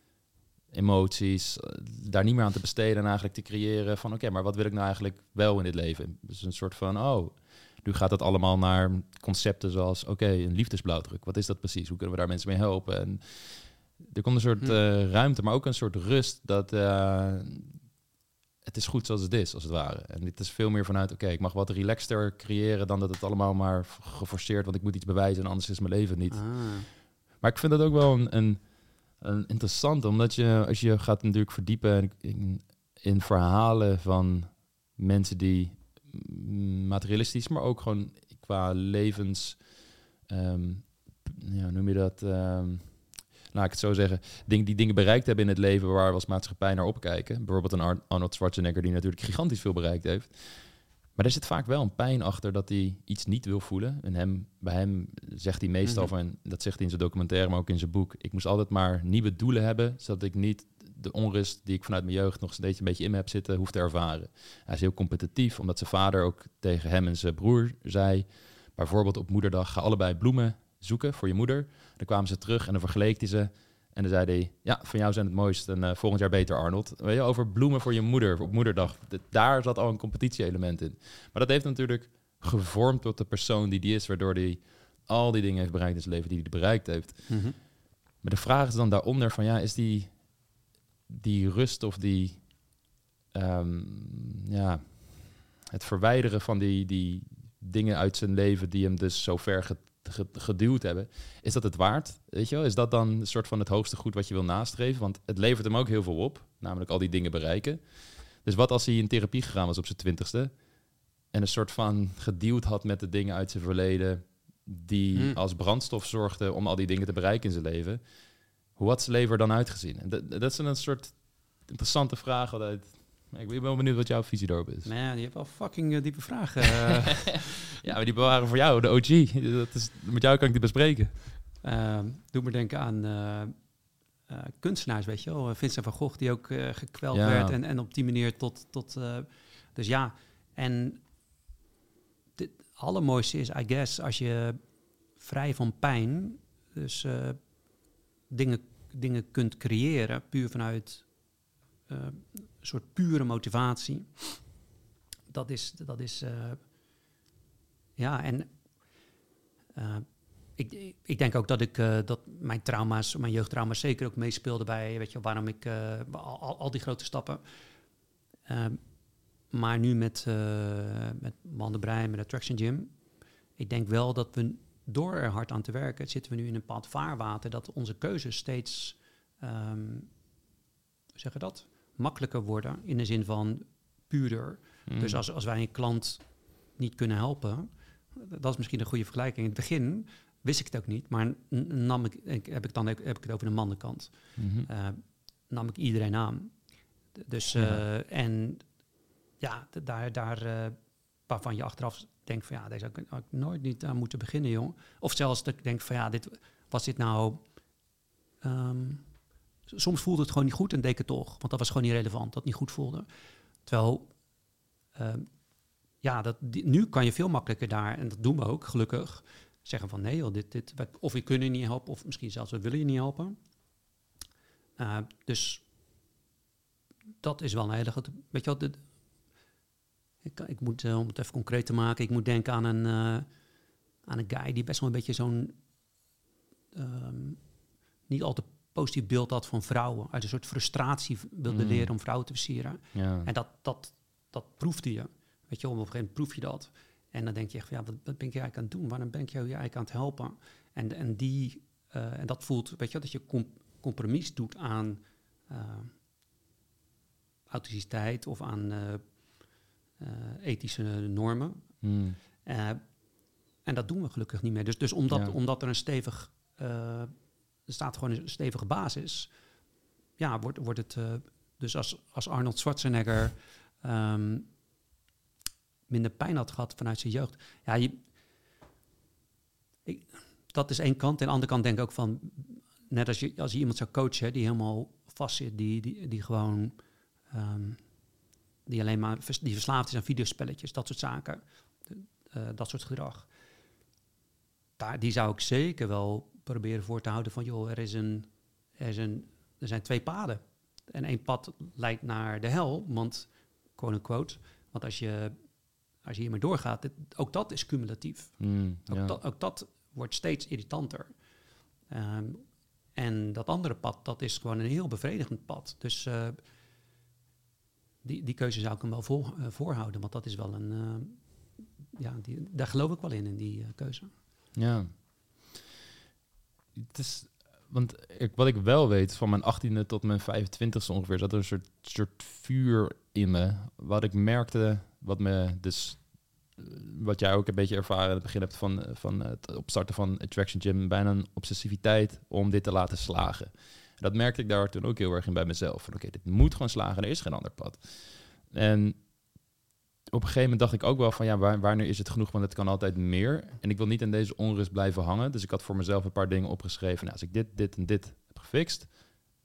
emoties, daar niet meer aan te besteden en eigenlijk te creëren van oké, okay, maar wat wil ik nou eigenlijk wel in dit leven? Dus een soort van, oh, nu gaat het allemaal naar concepten zoals oké, okay, een liefdesblauwdruk. Wat is dat precies? Hoe kunnen we daar mensen mee helpen? En er komt een soort uh, ruimte, maar ook een soort rust dat uh, het is goed zoals het is, als het ware. En dit is veel meer vanuit, oké, okay, ik mag wat relaxter creëren dan dat het allemaal maar geforceerd, want ik moet iets bewijzen en anders is mijn leven niet. Ah. Maar ik vind dat ook wel een, een, een interessant, omdat je, als je gaat natuurlijk verdiepen in, in verhalen van mensen die materialistisch, maar ook gewoon qua levens, um, ja, noem je dat, um, laat ik het zo zeggen, dingen die dingen bereikt hebben in het leven waar we als maatschappij naar opkijken. Bijvoorbeeld een Ar- Arnold Schwarzenegger die natuurlijk gigantisch veel bereikt heeft. Maar er zit vaak wel een pijn achter dat hij iets niet wil voelen. En hem, bij hem zegt hij meestal, mm-hmm. van, dat zegt hij in zijn documentaire, maar ook in zijn boek, ik moest altijd maar nieuwe doelen hebben, zodat ik niet de onrust die ik vanuit mijn jeugd nog steeds een beetje in me heb zitten, hoef te ervaren. Hij is heel competitief, omdat zijn vader ook tegen hem en zijn broer zei, bijvoorbeeld op moederdag, ga allebei bloemen zoeken voor je moeder. Dan kwamen ze terug en dan vergeleek hij ze. En dan zei hij, ja, van jou zijn het mooist en uh, volgend jaar beter, Arnold. Weet je, over bloemen voor je moeder op moederdag. De, daar zat al een competitie-element in. Maar dat heeft natuurlijk gevormd tot de persoon die die is, waardoor hij al die dingen heeft bereikt in zijn leven die hij bereikt heeft. Mm-hmm. Maar de vraag is dan daaronder van, ja, is die, die rust of die, um, ja, het verwijderen van die, die dingen uit zijn leven die hem dus zo ver ge, ge, geduwd hebben, is dat het waard? Weet je wel? Is dat dan een soort van het hoogste goed wat je wil nastreven? Want het levert hem ook heel veel op, namelijk al die dingen bereiken. Dus wat als hij in therapie gegaan was op zijn twintigste en een soort van geduwd had met de dingen uit zijn verleden die hmm. als brandstof zorgden om al die dingen te bereiken in zijn leven. Hoe had zijn leven er dan uitgezien? En dat, dat is een soort interessante vraag altijd. Ik ben wel benieuwd wat jouw visie daarop is. Maar ja, je hebt wel fucking uh, diepe vragen. Ja, maar die bewaren voor jou, de O G. Dat is, met jou kan ik die bespreken. Uh, doe me denken aan uh, uh, kunstenaars, weet je wel. Vincent van Gogh, die ook uh, gekweld ja. werd en, en op die manier tot... tot uh, dus ja, en het allermooiste is, I guess, als je vrij van pijn, dus uh, dingen, dingen kunt creëren, puur vanuit uh, een soort pure motivatie. Dat is, dat is uh, ja, en uh, ik, ik denk ook dat ik uh, dat mijn trauma's, mijn jeugdtrauma's zeker ook meespeelden bij, weet je, waarom ik uh, al, al die grote stappen. Uh, maar nu met, uh, met Man de Brein, met Attraction Gym, ik denk wel dat we door er hard aan te werken, zitten we nu in een bepaald vaarwater, dat onze keuzes steeds, um, hoe zeg je dat, makkelijker worden, in de zin van puurder. Mm. Dus als, als wij een klant niet kunnen helpen, dat is misschien een goede vergelijking. In het begin wist ik het ook niet, maar nam ik, heb ik dan heb ik het over de mannenkant. Mm-hmm. Uh, nam ik iedereen aan. Dus uh, ja. en ja, daar, daar uh, waarvan je achteraf denkt van ja, deze had ik, had ik nooit niet aan moeten beginnen, joh. Of zelfs dat ik denk van ja, dit was dit nou. Um, soms voelde het gewoon niet goed en deed ik het toch, want dat was gewoon niet relevant, dat het niet goed voelde. Terwijl um, ja, dat, die, nu kan je veel makkelijker daar, en dat doen we ook, gelukkig, zeggen van nee, joh, dit, dit, of we kunnen je niet helpen, of misschien zelfs we willen je niet helpen. Uh, dus dat is wel een hele grote, weet je wat, dit, ik, ik moet, uh, om het even concreet te maken, ik moet denken aan een, uh, aan een guy die best wel een beetje zo'n, um, niet al te positief beeld had van vrouwen, uit een soort frustratie wilde mm. leren om vrouwen te versieren. Ja. En dat, dat, dat proefde je. Weet je, op een gegeven moment proef je dat. En dan denk je echt van, ja, wat, wat ben ik eigenlijk aan het doen? Waarom ben ik jou eigenlijk aan het helpen? En, en, die, uh, en dat voelt, weet je, dat je com- compromis doet aan uh, authenticiteit of aan uh, uh, ethische normen. Mm. Uh, en dat doen we gelukkig niet meer. Dus, dus omdat, ja. omdat er een stevig, uh, er staat gewoon een stevige basis, ja, wordt, wordt het, uh, dus als, als Arnold Schwarzenegger um, minder pijn had gehad vanuit zijn jeugd. Ja, je, ik, dat is één kant. En aan de andere kant denk ik ook van, net als je, als je iemand zou coachen die helemaal vast zit, die, die, die gewoon, um, die alleen maar vers, die verslaafd is aan videospelletjes, dat soort zaken, uh, dat soort gedrag. Daar, die zou ik zeker wel proberen voor te houden van, joh, er is een, er is een, er zijn twee paden. En één pad leidt naar de hel, want, quote-unquote, want als je Als je hiermee doorgaat, dit, ook dat is cumulatief. Mm, ook, ja. dat, ook dat wordt steeds irritanter. Um, en dat andere pad, dat is gewoon een heel bevredigend pad. Dus uh, die, die keuze zou ik hem wel voor, uh, voorhouden. Want dat is wel een... Uh, ja, die, daar geloof ik wel in, in die uh, keuze. Ja. Het is... Want ik, wat ik wel weet, van mijn achttiende tot mijn vijfentwintigste ongeveer, zat er een soort, soort vuur in me. Wat ik merkte, wat me dus, wat jij ook een beetje ervaren in het begin hebt van, van het opstarten van Attraction Gym, bijna een obsessiviteit om dit te laten slagen. En dat merkte ik daar toen ook heel erg in bij mezelf. Van oké, okay, dit moet gewoon slagen, er is geen ander pad. En op een gegeven moment dacht ik ook wel van ja, waar, wanneer is het genoeg, want het kan altijd meer. En ik wil niet in deze onrust blijven hangen. Dus ik had voor mezelf een paar dingen opgeschreven. Nou, als ik dit, dit en dit heb gefixt,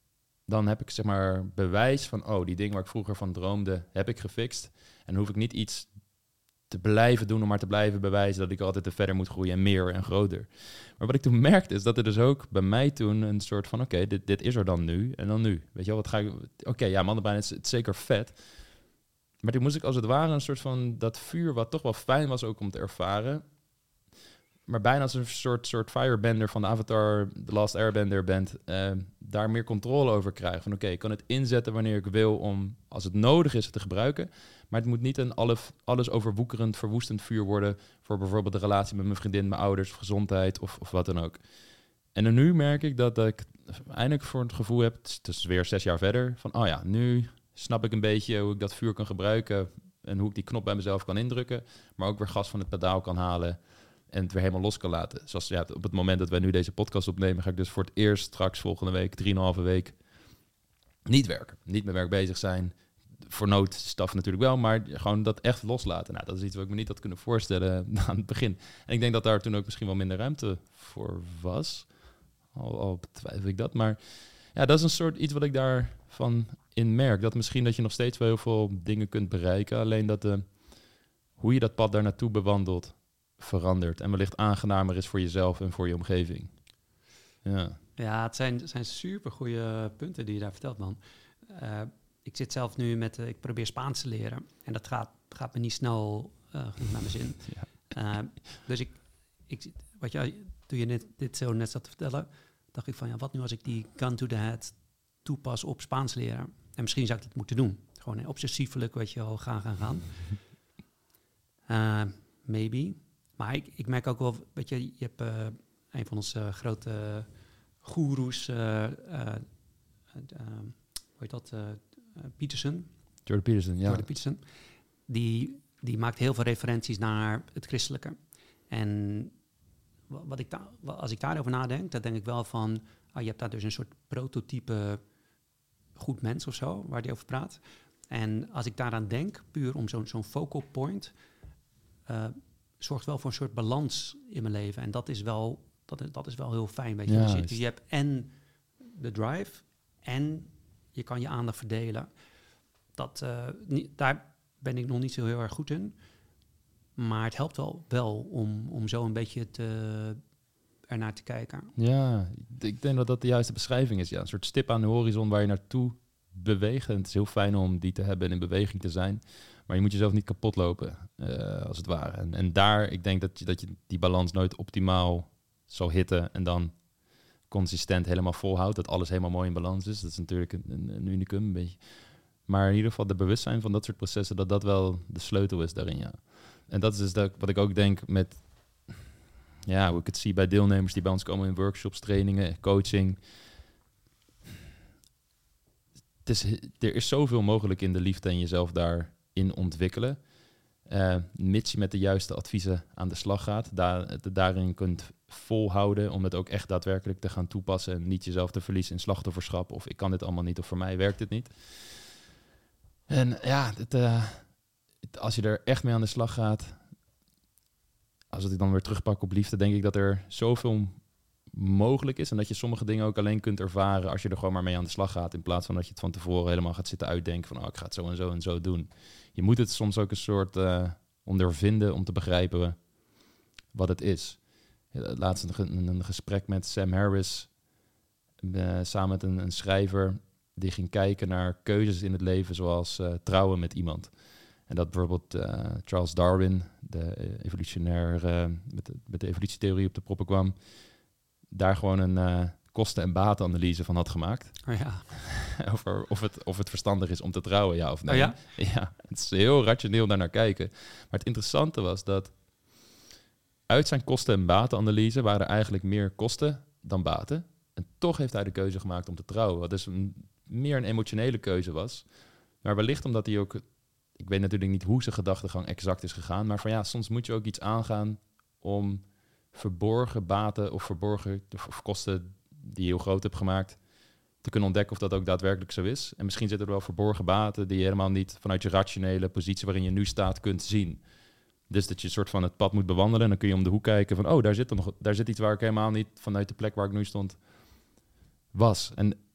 dan heb ik zeg maar bewijs van, oh, die ding waar ik vroeger van droomde, heb ik gefixt. En dan hoef ik niet iets te blijven doen om maar te blijven bewijzen dat ik altijd te verder moet groeien en meer en groter. Maar wat ik toen merkte is dat er dus ook bij mij toen een soort van, oké, okay, dit, dit is er dan nu en dan nu. Weet je wel, wat ga ik... Oké, okay, ja, mannenbrein is, het is zeker vet. Maar toen moest ik als het ware een soort van dat vuur wat toch wel fijn was ook om te ervaren, maar bijna als een soort, soort firebender van de Avatar, The Last Airbender bent, uh, daar meer controle over krijgen. Van oké, okay, ik kan het inzetten wanneer ik wil om, als het nodig is, het te gebruiken. Maar het moet niet een alles, alles overwoekerend, verwoestend vuur worden voor bijvoorbeeld de relatie met mijn vriendin, mijn ouders, of gezondheid of, of wat dan ook. En dan nu merk ik dat ik eindelijk voor het gevoel heb, het is weer zes jaar verder, van oh ja, nu snap ik een beetje hoe ik dat vuur kan gebruiken en hoe ik die knop bij mezelf kan indrukken, maar ook weer gas van het pedaal kan halen en het weer helemaal los kan laten. Zoals ja, op het moment dat wij nu deze podcast opnemen, ga ik dus voor het eerst straks volgende week, drieënhalve week, niet werken. Niet met werk bezig zijn. Voor noodstaf natuurlijk wel, maar gewoon dat echt loslaten. Nou, dat is iets wat ik me niet had kunnen voorstellen aan het begin. En ik denk dat daar toen ook misschien wel minder ruimte voor was. Al, al betwijfel ik dat. Maar ja, dat is een soort iets wat ik daarvan in merk. Dat misschien dat je nog steeds wel heel veel dingen kunt bereiken. Alleen dat de, hoe je dat pad daar naartoe bewandelt verandert. En wellicht aangenamer is voor jezelf en voor je omgeving. Ja, ja het zijn, het zijn super goede punten die je daar vertelt, man. Uh, ik zit zelf nu met, uh, ik probeer Spaans te leren. En dat gaat, gaat me niet snel uh, naar mijn zin. Ja. Uh, dus ik, ik, wat je, toen je net, dit zo net zat te vertellen, dacht ik van, ja, wat nu als ik die gun to the head toepas op Spaans leren? En misschien zou ik dat moeten doen. Gewoon uh, obsessiefelijk, weet je wel, gaan, gaan, gaan. Uh, maybe. Maar ik, ik merk ook wel, weet je, je hebt uh, een van onze uh, grote goeroes, uh, uh, uh, hoe heet dat, uh, uh, Peterson. Jordan Peterson, ja. Jordan Peterson. Die, die maakt heel veel referenties naar het christelijke. En wat ik da- als ik daarover nadenk, dan denk ik wel van, oh, je hebt daar dus een soort prototype goed mens of zo, waar die over praat. En als ik daaraan denk, puur om zo'n, zo'n focal point, uh, zorgt wel voor een soort balans in mijn leven. En dat is wel, dat is, dat is wel heel fijn. Weet je. Ja, dus je, je hebt en de drive en je kan je aandacht verdelen. Dat, uh, niet, daar ben ik nog niet zo heel erg goed in. Maar het helpt wel, wel om, om zo een beetje te, ernaar te kijken. Ja, ik denk dat dat de juiste beschrijving is. Ja, een soort stip aan de horizon waar je naartoe beweegt. En het is heel fijn om die te hebben en in beweging te zijn. Maar je moet jezelf niet kapot lopen, uh, als het ware. En, en daar, ik denk dat je, dat je die balans nooit optimaal zal hitten en dan consistent helemaal volhoudt. Dat alles helemaal mooi in balans is. Dat is natuurlijk een, een, een unicum, een beetje. Maar in ieder geval de bewustzijn van dat soort processen, dat dat wel de sleutel is daarin, ja. En dat is dus dat, wat ik ook denk met, ja, hoe ik het zie bij deelnemers die bij ons komen in workshops, trainingen, coaching. Het is, er is zoveel mogelijk in de liefde en jezelf daarin ontwikkelen. Uh, mits je met de juiste adviezen aan de slag gaat, daar, het daarin kunt volhouden om het ook echt daadwerkelijk te gaan toepassen en niet jezelf te verliezen in slachtofferschap of ik kan dit allemaal niet of voor mij werkt het niet. En ja, het, uh, het, als je er echt mee aan de slag gaat, als ik dan weer terugpak op liefde, denk ik dat er zoveel mogelijk is en dat je sommige dingen ook alleen kunt ervaren als je er gewoon maar mee aan de slag gaat, in plaats van dat je het van tevoren helemaal gaat zitten uitdenken van oh, ik ga het zo en zo en zo doen. Je moet het soms ook een soort uh, ondervinden om te begrijpen wat het is. Laatst een, een gesprek met Sam Harris, uh, samen met een, een schrijver, die ging kijken naar keuzes in het leven, zoals uh, trouwen met iemand. En dat bijvoorbeeld uh, Charles Darwin, de evolutionair, uh, met, de, met de evolutietheorie op de proppen kwam, daar gewoon een uh, kosten- en batenanalyse van had gemaakt. Oh ja. Over of het, of het verstandig is om te trouwen, ja of nee. Oh ja? Ja, het is heel rationeel daar naar kijken. Maar het interessante was dat uit zijn kosten- en batenanalyse waren er eigenlijk meer kosten dan baten. En toch heeft hij de keuze gemaakt om te trouwen. Wat dus een, meer een emotionele keuze was. Maar wellicht omdat hij ook, ik weet natuurlijk niet hoe zijn gedachtegang exact is gegaan, maar van ja, soms moet je ook iets aangaan om verborgen baten of verborgen of kosten die je heel groot hebt gemaakt, te kunnen ontdekken of dat ook daadwerkelijk zo is. En misschien zitten er wel verborgen baten die je helemaal niet vanuit je rationele positie waarin je nu staat kunt zien. Dus dat je een soort van het pad moet bewandelen en dan kun je om de hoek kijken van oh, daar zit, er nog, daar zit iets waar ik helemaal niet vanuit de plek waar ik nu stond was. En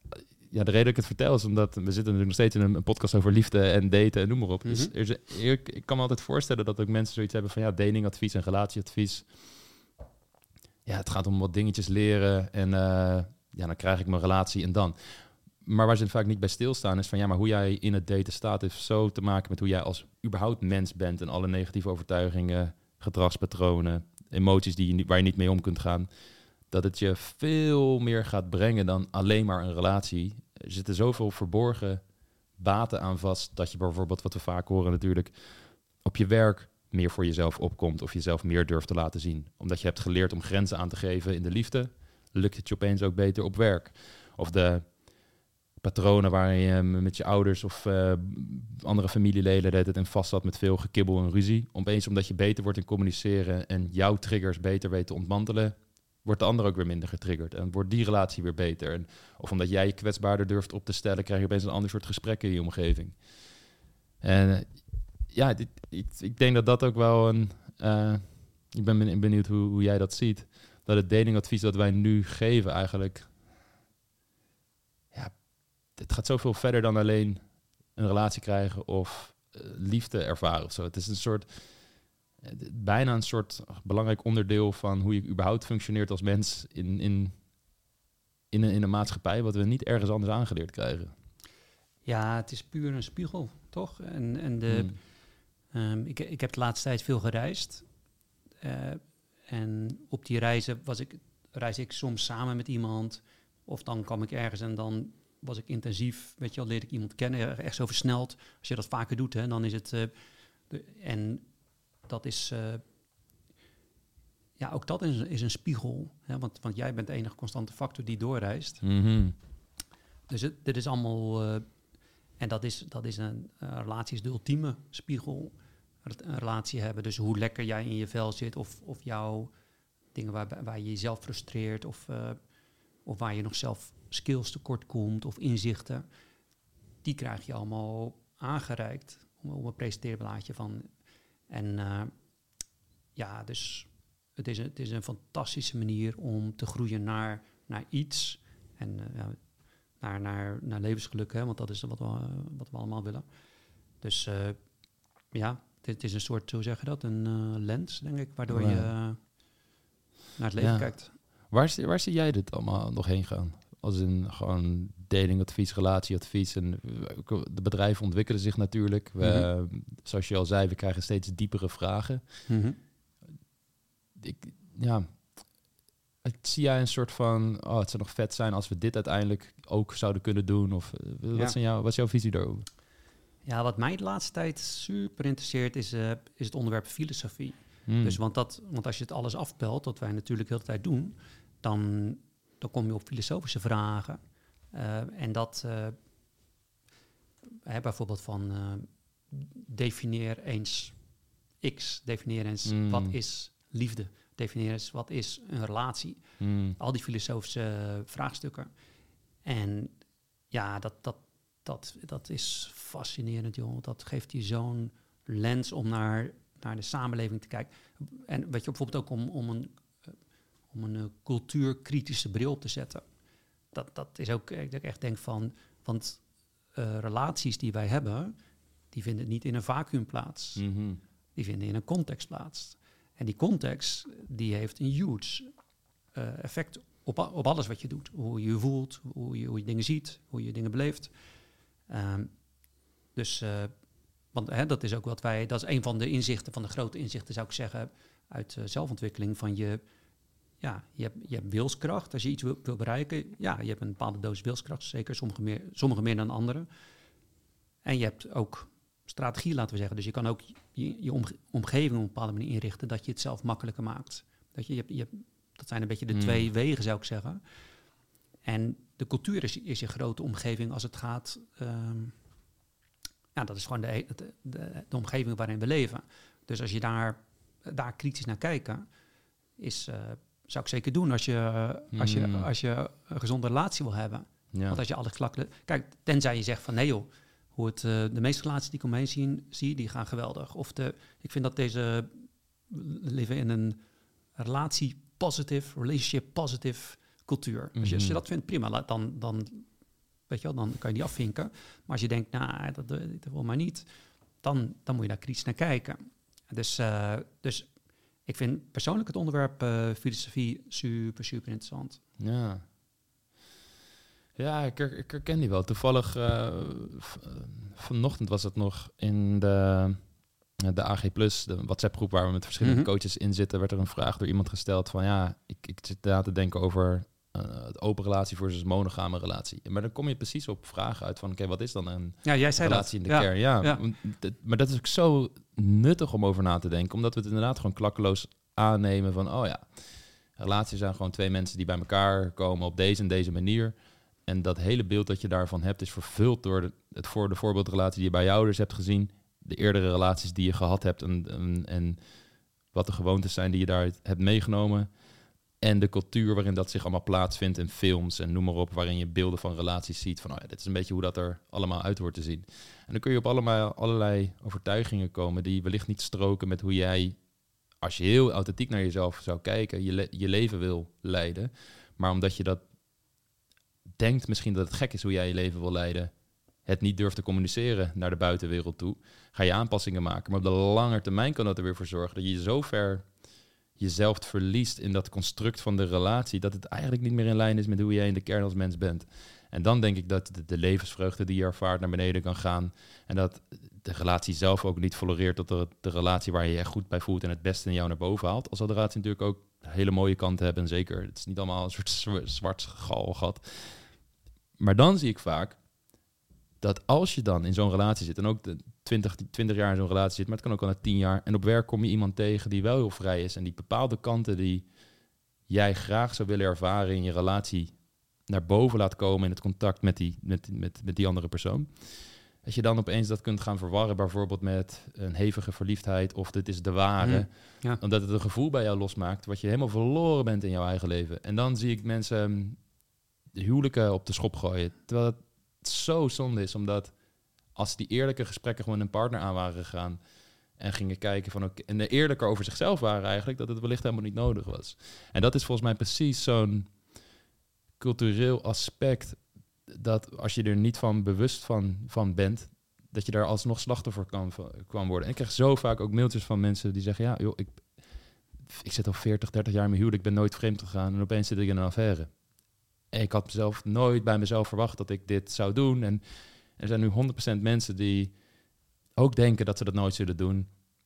ja, de reden dat ik het vertel is omdat we zitten natuurlijk nog steeds in een, een podcast over liefde en daten en noem maar op. Mm-hmm. Dus er is, ik, ik kan me altijd voorstellen dat ook mensen zoiets hebben van ja, datingadvies en relatieadvies. Ja, het gaat om wat dingetjes leren en uh, ja, dan krijg ik mijn relatie en dan. Maar waar ze vaak niet bij stilstaan is van ja, maar hoe jij in het daten staat heeft zo te maken met hoe jij als überhaupt mens bent en alle negatieve overtuigingen, gedragspatronen, emoties die je, waar je niet mee om kunt gaan. Dat het je veel meer gaat brengen dan alleen maar een relatie. Er zitten zoveel verborgen baten aan vast dat je bijvoorbeeld, wat we vaak horen natuurlijk, op je werk meer voor jezelf opkomt of jezelf meer durft te laten zien. Omdat je hebt geleerd om grenzen aan te geven in de liefde, lukt het je opeens ook beter op werk. Of de patronen waar je met je ouders of uh, andere familieleden het in vast zat met veel gekibbel en ruzie. Opeens omdat je beter wordt in communiceren en jouw triggers beter weet te ontmantelen, wordt de ander ook weer minder getriggerd en wordt die relatie weer beter. En, of omdat jij je kwetsbaarder durft op te stellen, krijg je opeens een ander soort gesprekken in je omgeving. En uh, ja, dit, ik, ik denk dat dat ook wel een... Uh, ik ben benieuwd hoe, hoe jij dat ziet. Dat het datingadvies dat wij nu geven eigenlijk... Ja, het gaat zoveel verder dan alleen een relatie krijgen of uh, liefde ervaren of zo. Het is een soort... bijna een soort belangrijk onderdeel van hoe je überhaupt functioneert als mens in, in, in, een, in een maatschappij, wat we niet ergens anders aangeleerd krijgen. Ja, het is puur een spiegel, toch? En, en de, hmm. um, ik, ik heb de laatste tijd veel gereisd. Uh, en op die reizen was ik, reis ik soms samen met iemand, of dan kwam ik ergens en dan was ik intensief, weet je wel, leerde ik iemand kennen, echt zo versneld. Als je dat vaker doet, hè, dan is het... Uh, de, en dat is... Uh, ja, ook dat is, is een spiegel. Hè, want, want jij bent de enige constante factor die doorreist. Mm-hmm. Dus het, dit is allemaal... Uh, en dat is, dat is een... Uh, relatie is de ultieme spiegel. Een relatie hebben. Dus hoe lekker jij in je vel zit. Of, of jouw dingen waar, waar je jezelf frustreert. Of, uh, of waar je nog zelf skills tekort komt. Of inzichten. Die krijg je allemaal aangereikt. Op een presenteerblaadje van... En uh, ja, dus het is, een, het is een fantastische manier om te groeien naar, naar iets. En uh, ja, naar, naar, naar levensgeluk, hè, want dat is wat we, uh, wat we allemaal willen. Dus uh, ja, het is een soort, hoe zeg je dat, een uh, lens, denk ik, waardoor wow. je uh, naar het leven ja. kijkt. Waar, waar zie jij dit allemaal nog heen gaan? Als in gewoon datingadvies, relatieadvies. En de bedrijven ontwikkelen zich natuurlijk. We, mm-hmm. Zoals je al zei, we krijgen steeds diepere vragen. Mm-hmm. Ik, ja, ik zie jij een soort van... Oh, het zou nog vet zijn als we dit uiteindelijk ook zouden kunnen doen. Of wat, ja. zijn jou, wat is jouw visie daarover? Ja, wat mij de laatste tijd super interesseert is, uh, is het onderwerp filosofie. Mm. Dus want, dat, want als je het alles afpelt, wat wij natuurlijk de hele tijd doen... dan... dan kom je op filosofische vragen. Uh, en dat, uh, hè, bijvoorbeeld van, uh, definieer eens X, definieer eens mm. wat is liefde, definieer eens wat is een relatie. Mm. Al die filosofische vraagstukken. En ja, dat, dat, dat, dat is fascinerend, joh. Dat geeft je zo'n lens om naar, naar de samenleving te kijken. En weet je, bijvoorbeeld ook om, om een... om een uh, cultuurkritische bril op te zetten. Dat, dat is ook, ik echt denk van... want uh, relaties die wij hebben... die vinden niet in een vacuüm plaats. Mm-hmm. Die vinden in een context plaats. En die context, die heeft een huge uh, effect op, op alles wat je doet. Hoe je je voelt, hoe je, hoe je dingen ziet, hoe je dingen beleeft. Um, dus, uh, want hè, dat is ook wat wij... dat is een van de inzichten, van de grote inzichten, zou ik zeggen... uit uh, zelfontwikkeling, van je... Ja, je hebt, je hebt wilskracht. Als je iets wil, wil bereiken, ja, je hebt een bepaalde dosis wilskracht. Zeker, sommige meer, sommige meer dan anderen. En je hebt ook strategie, laten we zeggen. Dus je kan ook je, je omge- omgeving op een bepaalde manier inrichten... dat je het zelf makkelijker maakt. Dat, je, je, hebt, je hebt, dat zijn een beetje de mm. twee wegen, zou ik zeggen. En de cultuur is, is je grote omgeving als het gaat... Um, ja, dat is gewoon de, de, de, de omgeving waarin we leven. Dus als je daar, daar kritisch naar kijkt... is... Uh, zou ik zeker doen als je, uh, als, je, mm. als je een gezonde relatie wil hebben. Ja. Want als je alle klachten... Kijk, tenzij je zegt van nee joh, hoe het, uh, de meeste relaties die ik omheen zie, zie, die gaan geweldig. Of de, ik vind dat deze leven in een relatie-positive, relationship-positive cultuur. Mm-hmm. Als, je, als je dat vindt, prima. Dan, dan weet je wel, dan kan je die afvinken. Maar als je denkt, nou, dat, dat wil maar niet, dan, dan moet je daar kritisch naar kijken. Dus, uh, dus ik vind persoonlijk het onderwerp uh, filosofie super, super interessant. Ja. Ja, ik, her, ik herken die wel. Toevallig, uh, v- vanochtend was het nog in de, de A G Plus, de WhatsApp-groep waar we met verschillende mm-hmm. coaches in zitten, werd er een vraag door iemand gesteld van, ja, ik, ik zit na te denken over uh, het open relatie versus monogame relatie. Maar dan kom je precies op vragen uit van, oké, okay, wat is dan een ja, jij zei relatie dat. in de ja. kern? Ja, ja. D- maar dat is ook zo nuttig om over na te denken, omdat we het inderdaad gewoon klakkeloos aannemen van, oh ja, relaties zijn gewoon twee mensen die bij elkaar komen op deze en deze manier. En dat hele beeld dat je daarvan hebt is vervuld door de, het voor de voorbeeldrelatie die je bij je ouders hebt gezien, de eerdere relaties die je gehad hebt en, en, en wat de gewoontes zijn die je daar hebt meegenomen. En de cultuur waarin dat zich allemaal plaatsvindt in films en noem maar op, waarin je beelden van relaties ziet van, oh ja, dit is een beetje hoe dat er allemaal uit hoort te zien. En dan kun je op allemaal, allerlei overtuigingen komen die wellicht niet stroken met hoe jij, als je heel authentiek naar jezelf zou kijken, je, le- je leven wil leiden. Maar omdat je dat denkt misschien dat het gek is hoe jij je leven wil leiden, het niet durft te communiceren naar de buitenwereld toe, ga je aanpassingen maken. Maar op de lange termijn kan dat er weer voor zorgen dat je zo ver jezelf verliest in dat construct van de relatie, dat het eigenlijk niet meer in lijn is met hoe jij in de kern als mens bent. En dan denk ik dat de, de levensvreugde die je ervaart naar beneden kan gaan en dat de relatie zelf ook niet tolereert tot de, de relatie waar je je echt goed bij voelt en het beste in jou naar boven haalt. Al zal de relatie natuurlijk ook hele mooie kanten hebben, en zeker. Het is niet allemaal een soort zw- zwart galgat. Maar dan zie ik vaak dat als je dan in zo'n relatie zit, en ook de twintig, twintig jaar in zo'n relatie zit, maar het kan ook al na tien jaar, en op werk kom je iemand tegen die wel heel vrij is en die bepaalde kanten die jij graag zou willen ervaren in je relatie naar boven laat komen in het contact met die, met, met, met die andere persoon. Als je dan opeens dat kunt gaan verwarren, bijvoorbeeld met een hevige verliefdheid of dit is de ware, mm, ja. omdat het een gevoel bij jou losmaakt wat je helemaal verloren bent in jouw eigen leven. En dan zie ik mensen huwelijken op de schop gooien, terwijl het zo zonde is, omdat als die eerlijke gesprekken gewoon een partner aan waren gegaan en gingen kijken van ook en eerlijker over zichzelf waren eigenlijk, dat het wellicht helemaal niet nodig was. En dat is volgens mij precies zo'n cultureel aspect, dat als je er niet van bewust van, van bent, dat je daar alsnog slachtoffer kan, kan worden. En ik krijg zo vaak ook mailtjes van mensen die zeggen, ja, joh, ik, ik zit al veertig, dertig jaar in mijn huwelijk, ik ben nooit vreemd gegaan en opeens zit ik in een affaire. En ik had mezelf nooit bij mezelf verwacht dat ik dit zou doen. En er zijn nu honderd procent mensen die ook denken dat ze dat nooit zullen doen.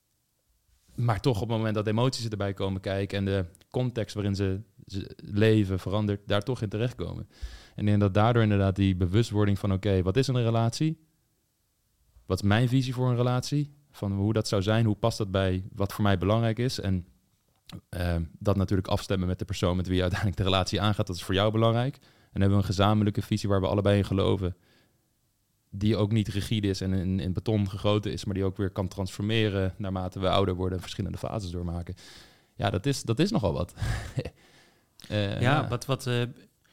Maar toch op het moment dat emoties erbij komen kijken en de context waarin ze, ze leven verandert, daar toch in terechtkomen. En ik denk dat daardoor inderdaad die bewustwording van oké, okay, wat is een relatie? Wat is mijn visie voor een relatie? Van hoe dat zou zijn, hoe past dat bij wat voor mij belangrijk is? En uh, dat natuurlijk afstemmen met de persoon met wie je uiteindelijk de relatie aangaat, dat is voor jou belangrijk. En dan hebben we een gezamenlijke visie waar we allebei in geloven, die ook niet rigide is en in, in beton gegoten is, maar die ook weer kan transformeren naarmate we ouder worden en verschillende fases doormaken. Ja, dat is, dat is nogal wat. uh, ja, ja, wat, wat, uh, uh,